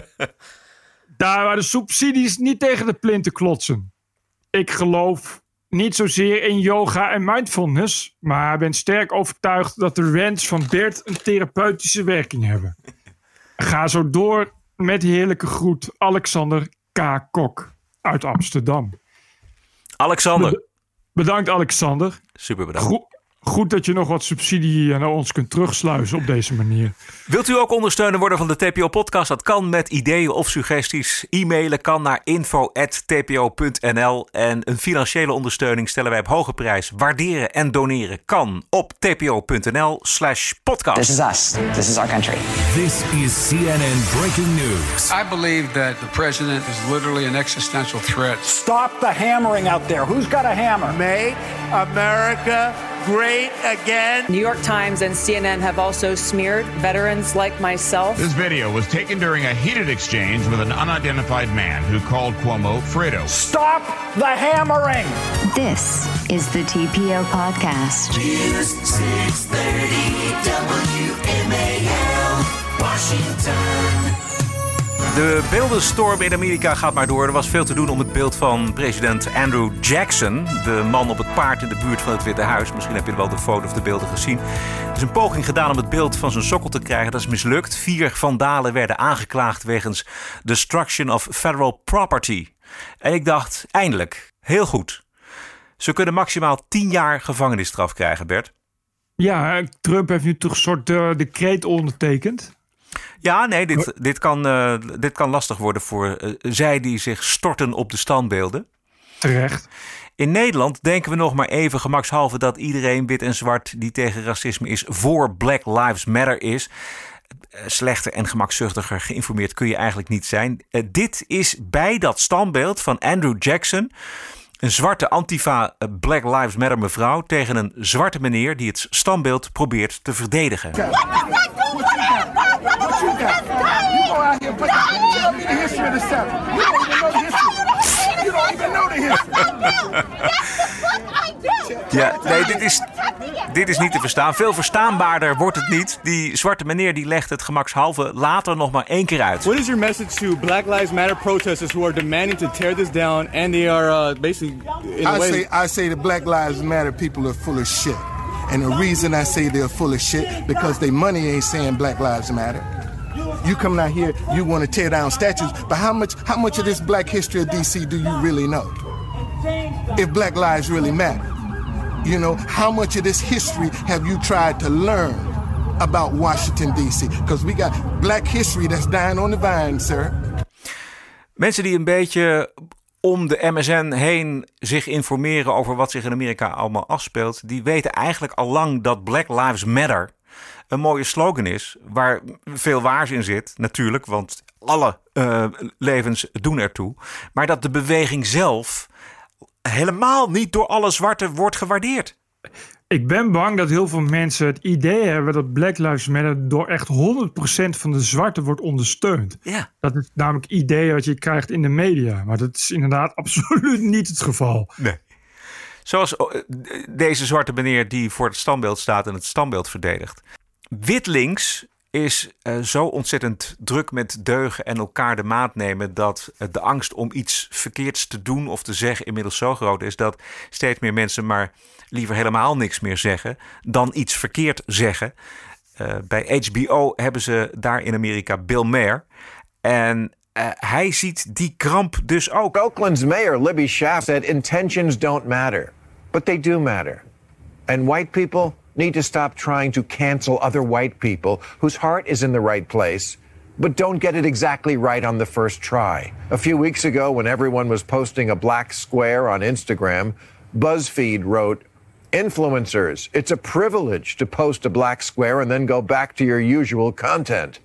Speaker 2: Daar waar de subsidies niet tegen de plinten klotsen. Ik geloof niet zozeer in yoga en mindfulness, maar ben sterk overtuigd dat de rants van Bert een therapeutische werking hebben. Ga zo door met heerlijke groet, Alexander K. Kok uit Amsterdam.
Speaker 1: Alexander.
Speaker 2: Bedankt, Alexander.
Speaker 1: Super bedankt.
Speaker 2: Goed dat je nog wat subsidie naar ons kunt terugsluizen op deze manier.
Speaker 1: Wilt u ook ondersteuner worden van de TPO-podcast? Dat kan met ideeën of suggesties. E-mailen kan naar info@tpo.nl. En een financiële ondersteuning stellen wij op hoge prijs. Waarderen en doneren kan op tpo.nl/podcast.
Speaker 18: This is us. This is our country.
Speaker 7: This is CNN Breaking News.
Speaker 19: I believe that the president is literally an existential threat.
Speaker 20: Stop the hammering out there. Who's got a hammer?
Speaker 21: Make America great again.
Speaker 22: New York Times and CNN have also smeared veterans like myself.
Speaker 23: This video was taken during a heated exchange with an unidentified man who called Cuomo Fredo.
Speaker 20: Stop the hammering!
Speaker 3: This is the TPO podcast.
Speaker 24: News 630 WMAL, Washington.
Speaker 1: De beeldenstorm in Amerika gaat maar door. Er was veel te doen om het beeld van president Andrew Jackson, de man op het paard in de buurt van het Witte Huis. Misschien heb je wel de foto of de beelden gezien. Er is een poging gedaan om het beeld van zijn sokkel te krijgen. Dat is mislukt. 4 vandalen werden aangeklaagd wegens destruction of federal property. En ik dacht, eindelijk, heel goed. Ze kunnen maximaal 10 jaar gevangenisstraf krijgen, Bert.
Speaker 2: Ja, Trump heeft nu toch een soort decreet ondertekend.
Speaker 1: Ja, nee, dit kan lastig worden voor zij die zich storten op de standbeelden.
Speaker 2: Terecht.
Speaker 1: In Nederland denken we nog maar even gemakshalve dat iedereen wit en zwart die tegen racisme is voor Black Lives Matter is. Slechter en gemakzuchtiger geïnformeerd kun je eigenlijk niet zijn. Dit is bij dat standbeeld van Andrew Jackson een zwarte Antifa Black Lives Matter mevrouw tegen een zwarte meneer die het standbeeld probeert te verdedigen. Ja, nee, dit is niet te verstaan. Veel verstaanbaarder wordt het niet. Die zwarte meneer die legt het gemakshalve later nog maar 1 keer uit.
Speaker 25: What is your message to Black Lives Matter protesters who are demanding to tear this down and they are basically in a way...
Speaker 26: I say the Black Lives Matter people are full of shit.
Speaker 5: And the reason I say they're full of shit, because their money ain't saying Black Lives Matter. You come out here, you want to tear down statues, but how much of this black history of DC do you really know? If black lives really matter. You know, how much of this history have you tried to learn about Washington, D.C.? Because we got black history that's dying on the vine, sir.
Speaker 1: Mensen die een beetje om de MSN heen zich informeren over wat zich in Amerika allemaal afspeelt, die weten eigenlijk al lang dat Black Lives Matter een mooie slogan is, waar veel waars in zit, natuurlijk, want alle levens doen ertoe. Maar dat de beweging zelf helemaal niet door alle zwarten wordt gewaardeerd.
Speaker 2: Ik ben bang dat heel veel mensen het idee hebben dat Black Lives Matter door echt 100% van de zwarten wordt ondersteund.
Speaker 1: Ja.
Speaker 2: Dat is namelijk het idee wat je krijgt in de media. Maar dat is inderdaad absoluut niet het geval.
Speaker 1: Nee. Zoals deze zwarte meneer die voor het standbeeld staat en het standbeeld verdedigt. Wit links is zo ontzettend druk met deugen en elkaar de maat nemen dat de angst om iets verkeerds te doen of te zeggen inmiddels zo groot is dat steeds meer mensen maar liever helemaal niks meer zeggen dan iets verkeerd zeggen. Bij HBO hebben ze daar in Amerika Bill Maher. En hij ziet die kramp dus ook.
Speaker 6: Oakland's mayor Libby Schaaf said intentions don't matter, but they do matter. And white people need to stop trying to cancel other white people whose heart is in the right place, but don't get it exactly right on the first try. A few weeks ago, when everyone was posting a black square on Instagram, BuzzFeed wrote, "Influencers, it's a privilege to post a black square and then go back to your usual content."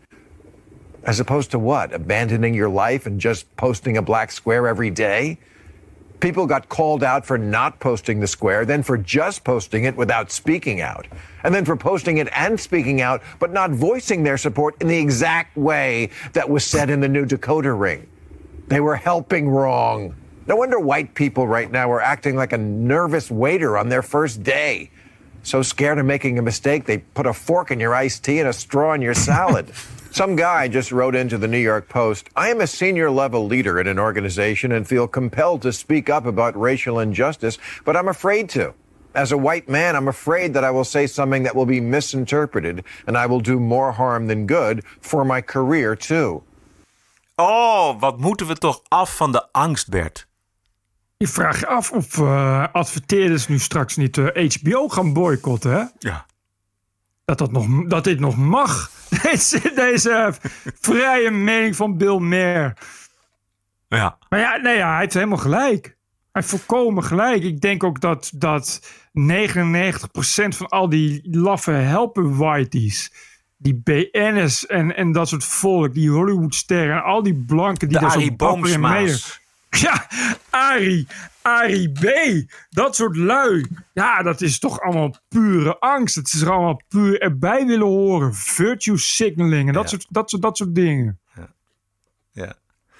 Speaker 6: As opposed to what? Abandoning your life and just posting a black square every day? People got called out for not posting the square, then for just posting it without speaking out, and then for posting it and speaking out, but not voicing their support in the exact way that was said in the new decoder ring. They were helping wrong. No wonder white people right now are acting like a nervous waiter on their first day. So scared of making a mistake, they put a fork in your iced tea and a straw in your salad. Some guy just wrote into the New York Post, "I am a senior level leader in an organization and feel compelled to speak up about racial injustice, but I'm afraid to. As a white man, I'm afraid that I will say something that will be misinterpreted and I will do more harm than good for my career too."
Speaker 1: Oh, wat moeten we toch af van de angst, Bert?
Speaker 2: Je vraagt je af of adverteerders nu straks niet HBO gaan boycotten, hè?
Speaker 1: Ja.
Speaker 2: Dat dit nog mag. Deze vrije mening van Bill Maher.
Speaker 1: Ja.
Speaker 2: Maar ja, hij heeft helemaal gelijk. Hij heeft volkomen gelijk. Ik denk ook dat 99% van al die laffe helpen whiteys, die BN'ers en dat soort volk, die Hollywoodsterren en al die blanken die daar zo dapper in meedoen. Ja, Arie B. Dat soort lui. Ja, dat is toch allemaal pure angst. Het is er allemaal puur erbij willen horen. Virtue signaling en dat soort dingen.
Speaker 1: Ja.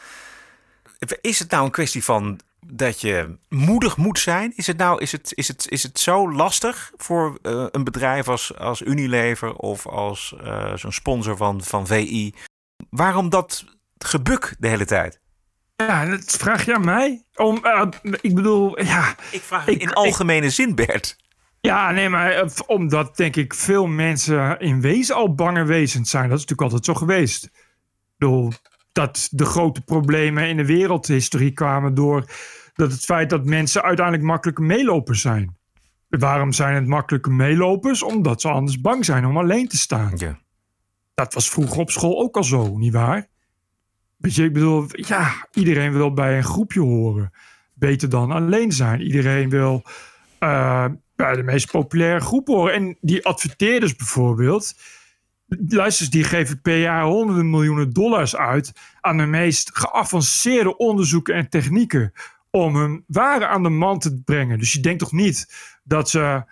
Speaker 1: Is het nou een kwestie van dat je moedig moet zijn? Is het zo lastig voor een bedrijf als Unilever of als zo'n sponsor van VI? Waarom dat gebuk de hele tijd?
Speaker 2: Ja, dat vraag je aan mij. Ik bedoel, ja.
Speaker 1: Ik vraag het in algemene zin, Bert.
Speaker 2: Ja, nee, maar omdat denk ik veel mensen in wezen al bange wezens zijn. Dat is natuurlijk altijd zo geweest. Ik bedoel, dat de grote problemen in de wereldhistorie kwamen door dat het feit dat mensen uiteindelijk makkelijke meelopers zijn. Waarom zijn het makkelijke meelopers? Omdat ze anders bang zijn om alleen te staan.
Speaker 1: Ja.
Speaker 2: Dat was vroeger op school ook al zo, nietwaar? Weet je, ik bedoel, ja, iedereen wil bij een groepje horen. Beter dan alleen zijn. Iedereen wil bij de meest populaire groep horen. En die adverteerders bijvoorbeeld, luister, die geven per jaar honderden miljoenen dollars uit aan de meest geavanceerde onderzoeken en technieken om hun waren aan de man te brengen. Dus je denkt toch niet dat ze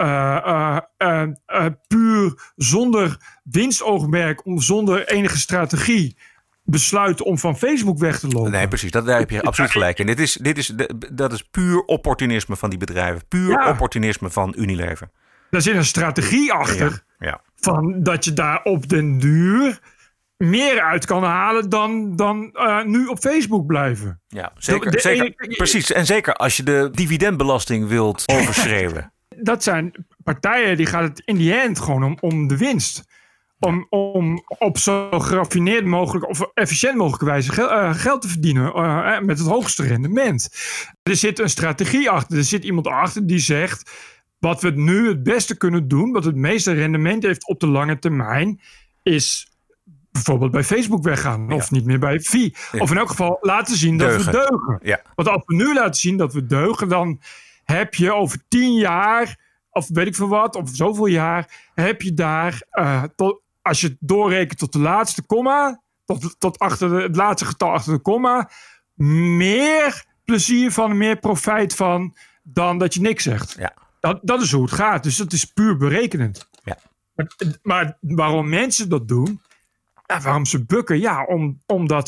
Speaker 2: puur zonder winstoogmerk, zonder enige strategie besluiten om van Facebook weg te lopen.
Speaker 1: Nee, precies. Daar heb je absoluut gelijk in. Dat is puur opportunisme van die bedrijven. Puur opportunisme van Unilever.
Speaker 2: Daar zit een strategie achter.
Speaker 1: Ja.
Speaker 2: Van dat je daar op den duur meer uit kan halen dan nu op Facebook blijven.
Speaker 1: Ja, zeker. Precies. En zeker als je de dividendbelasting wilt overschreeuwen.
Speaker 2: Dat zijn partijen die gaat het in die end gewoon om de winst. Om op zo geraffineerd mogelijk of efficiënt mogelijke wijze geld te verdienen met het hoogste rendement. Er zit een strategie achter. Er zit iemand achter die zegt, wat we nu het beste kunnen doen, wat het meeste rendement heeft op de lange termijn, is bijvoorbeeld bij Facebook weggaan. Of niet meer bij VI. Ja. Of in elk geval laten zien dat we deugen. Ja. Want als we nu laten zien dat we deugen, dan heb je over 10 jaar, of weet ik veel wat, of zoveel jaar, heb je daar, als je het doorrekent tot de laatste komma, tot achter het laatste getal achter de komma, meer plezier van, meer profijt van, dan dat je niks zegt. Ja. Dat is hoe het gaat. Dus dat is puur berekenend. Ja. Maar waarom mensen dat doen, waarom ze bukken? Ja, omdat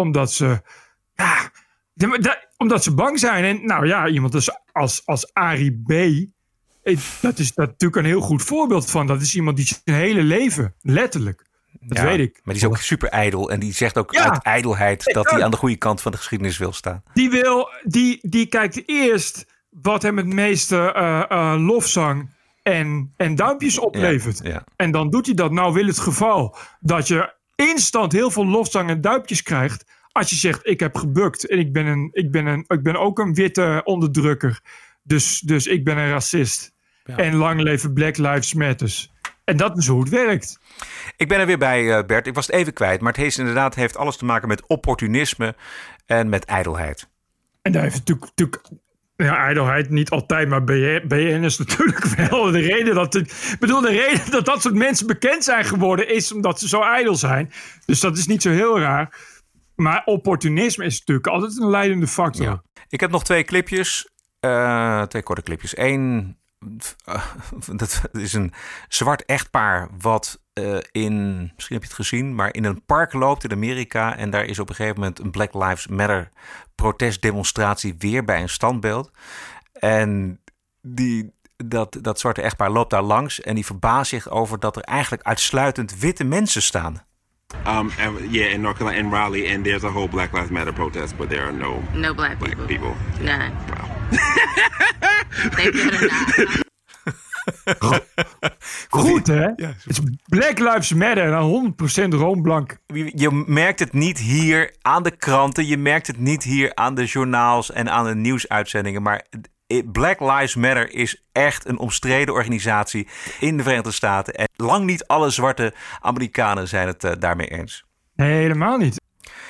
Speaker 2: ze bang zijn. En nou ja, iemand als Arie B., dat is natuurlijk een heel goed voorbeeld van. Dat is iemand die zijn hele leven, letterlijk. Dat weet ik.
Speaker 1: Maar die is ook super ijdel. En die zegt ook uit ijdelheid dat hij aan de goede kant van de geschiedenis wil staan.
Speaker 2: Die kijkt eerst wat hem het meeste lofzang en duimpjes oplevert. Ja. En dan doet hij dat. Nou wil het geval dat je instant heel veel lofzang en duimpjes krijgt als je zegt, ik heb gebukt. En ik ben ook een witte onderdrukker. Dus ik ben een racist. Ja. En lang leven Black Lives Matter. En dat is hoe het werkt.
Speaker 1: Ik ben er weer bij, Bert. Ik was het even kwijt. Maar het heeft alles te maken met opportunisme en met ijdelheid.
Speaker 2: En daar heeft natuurlijk ijdelheid niet altijd, maar BN is natuurlijk wel de reden dat soort mensen bekend zijn geworden is omdat ze zo ijdel zijn. Dus dat is niet zo heel raar. Maar opportunisme is natuurlijk altijd een leidende factor. Ja.
Speaker 1: Ik heb nog 2 clipjes. 2 korte clipjes. Eén, dat is een zwart echtpaar wat misschien heb je het gezien, maar in een park loopt in Amerika. En daar is op een gegeven moment een Black Lives Matter protestdemonstratie weer bij een standbeeld. En dat zwarte echtpaar loopt daar langs en die verbaast zich over dat er eigenlijk uitsluitend witte mensen staan.
Speaker 4: In North Carolina, in Raleigh, and there's a whole Black Lives Matter protest, but there are no
Speaker 8: black people.
Speaker 4: Yeah.
Speaker 8: None. They better not.
Speaker 2: Goed, hè? Ja, het is Black Lives Matter en dan 100% roomblank.
Speaker 1: Je merkt het niet hier aan de kranten. Je merkt het niet hier aan de journaals en aan de nieuwsuitzendingen. Maar Black Lives Matter is echt een omstreden organisatie in de Verenigde Staten. En lang niet alle zwarte Amerikanen zijn het daarmee eens.
Speaker 2: Nee, helemaal niet.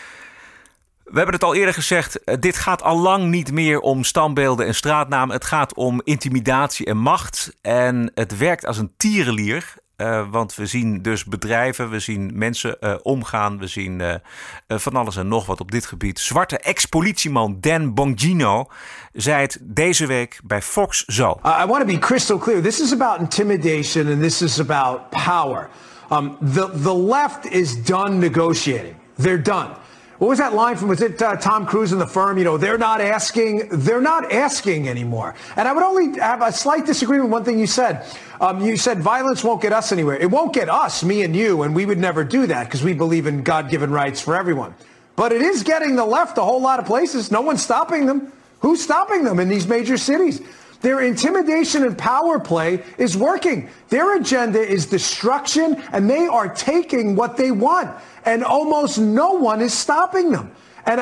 Speaker 1: We hebben het al eerder gezegd, dit gaat al lang niet meer om standbeelden en straatnamen. Het gaat om intimidatie en macht. En het werkt als een tierenlier. Want we zien dus bedrijven, we zien mensen omgaan. We zien van alles en nog wat op dit gebied. Zwarte ex-politieman Dan Bongino zei het deze week bij Fox zo.
Speaker 9: I want to be crystal clear. This is about intimidation and this is about power. The left is done negotiating. They're done. What was that line from, was it Tom Cruise in The Firm? You know, they're not asking anymore. And I would only have a slight disagreement with one thing you said. You said violence won't get us anywhere. It won't get us, me and you, and we would never do that because we believe in God-given rights for everyone. But it is getting the left a whole lot of places. No one's stopping them. Who's stopping them in these major cities? Their intimidation and power play is working. Their agenda is destruction, and they are taking what they want. And almost no one is stopping them. And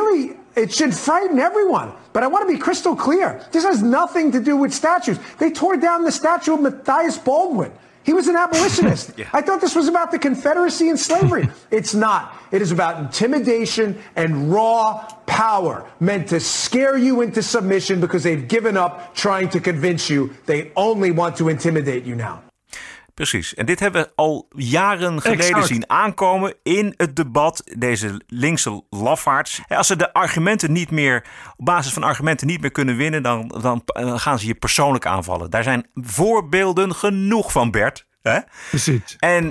Speaker 9: it should frighten everyone. But I want to be crystal clear. This has nothing to do with statues. They tore down the statue of Matthias Baldwin. He was an abolitionist. Yeah. I thought this was about the Confederacy and slavery. It's not. It is about intimidation and raw power meant to scare you into submission because they've given up trying to convince you. They only want to intimidate you now.
Speaker 1: Precies. En dit hebben we al jaren geleden zien aankomen in het debat. Deze linkse lafaards. Als ze de argumenten niet meer, op basis van argumenten niet meer kunnen winnen, dan gaan ze je persoonlijk aanvallen. Daar zijn voorbeelden genoeg van, Bert. Hè?
Speaker 2: Precies.
Speaker 1: En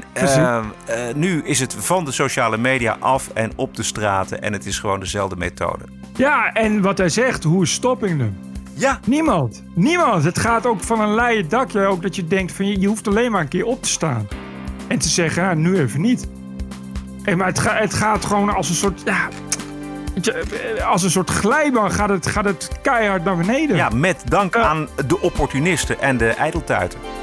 Speaker 1: nu is het van de sociale media af en op de straten. En het is gewoon dezelfde methode.
Speaker 2: Ja, en wat hij zegt, hoe stopping them?
Speaker 1: Ja.
Speaker 2: Niemand. Het gaat ook van een leien dakje. Ook dat je denkt van je hoeft alleen maar een keer op te staan. En te zeggen, nu even niet. Maar het gaat gewoon als een soort... Ja, als een soort glijbaan gaat het keihard naar beneden.
Speaker 1: Ja, met dank aan de opportunisten en de ijdeltuiten.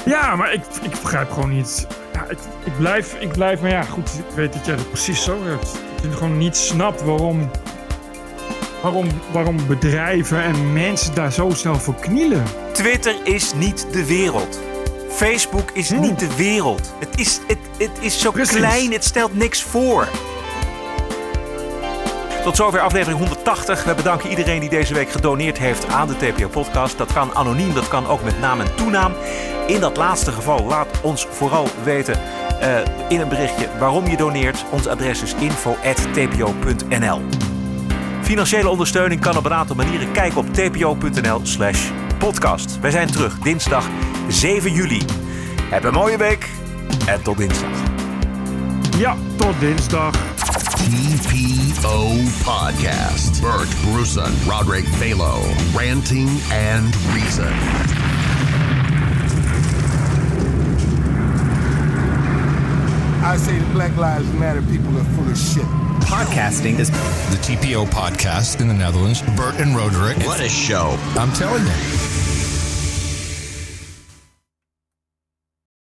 Speaker 2: Ja, maar ik begrijp gewoon niet. Ja, ik blijf, maar ja, goed, ik weet dat jij dat precies zo hebt. Dat je gewoon niet snapt waarom bedrijven en mensen daar zo snel voor knielen.
Speaker 1: Twitter is niet de wereld. Facebook is niet de wereld. Het is zo klein, het stelt niks voor. Tot zover aflevering 180. We bedanken iedereen die deze week gedoneerd heeft aan de TPO-podcast. Dat kan anoniem, dat kan ook met naam en toenaam. In dat laatste geval laat ons vooral weten in een berichtje waarom je doneert. Ons adres is info@tpo.nl. Financiële ondersteuning kan op een aantal manieren. Kijk op tpo.nl/podcast. Wij zijn terug dinsdag 7 juli. Heb een mooie week en tot dinsdag.
Speaker 2: Ja, tot dinsdag.
Speaker 10: TPO Podcast. Bert Brussen, Roderick Balo, Ranting and Reason.
Speaker 5: I say the Black Lives Matter people are full of shit.
Speaker 10: Podcasting is the TPO podcast in the Netherlands. Bert and Roderick. What a show. I'm telling you.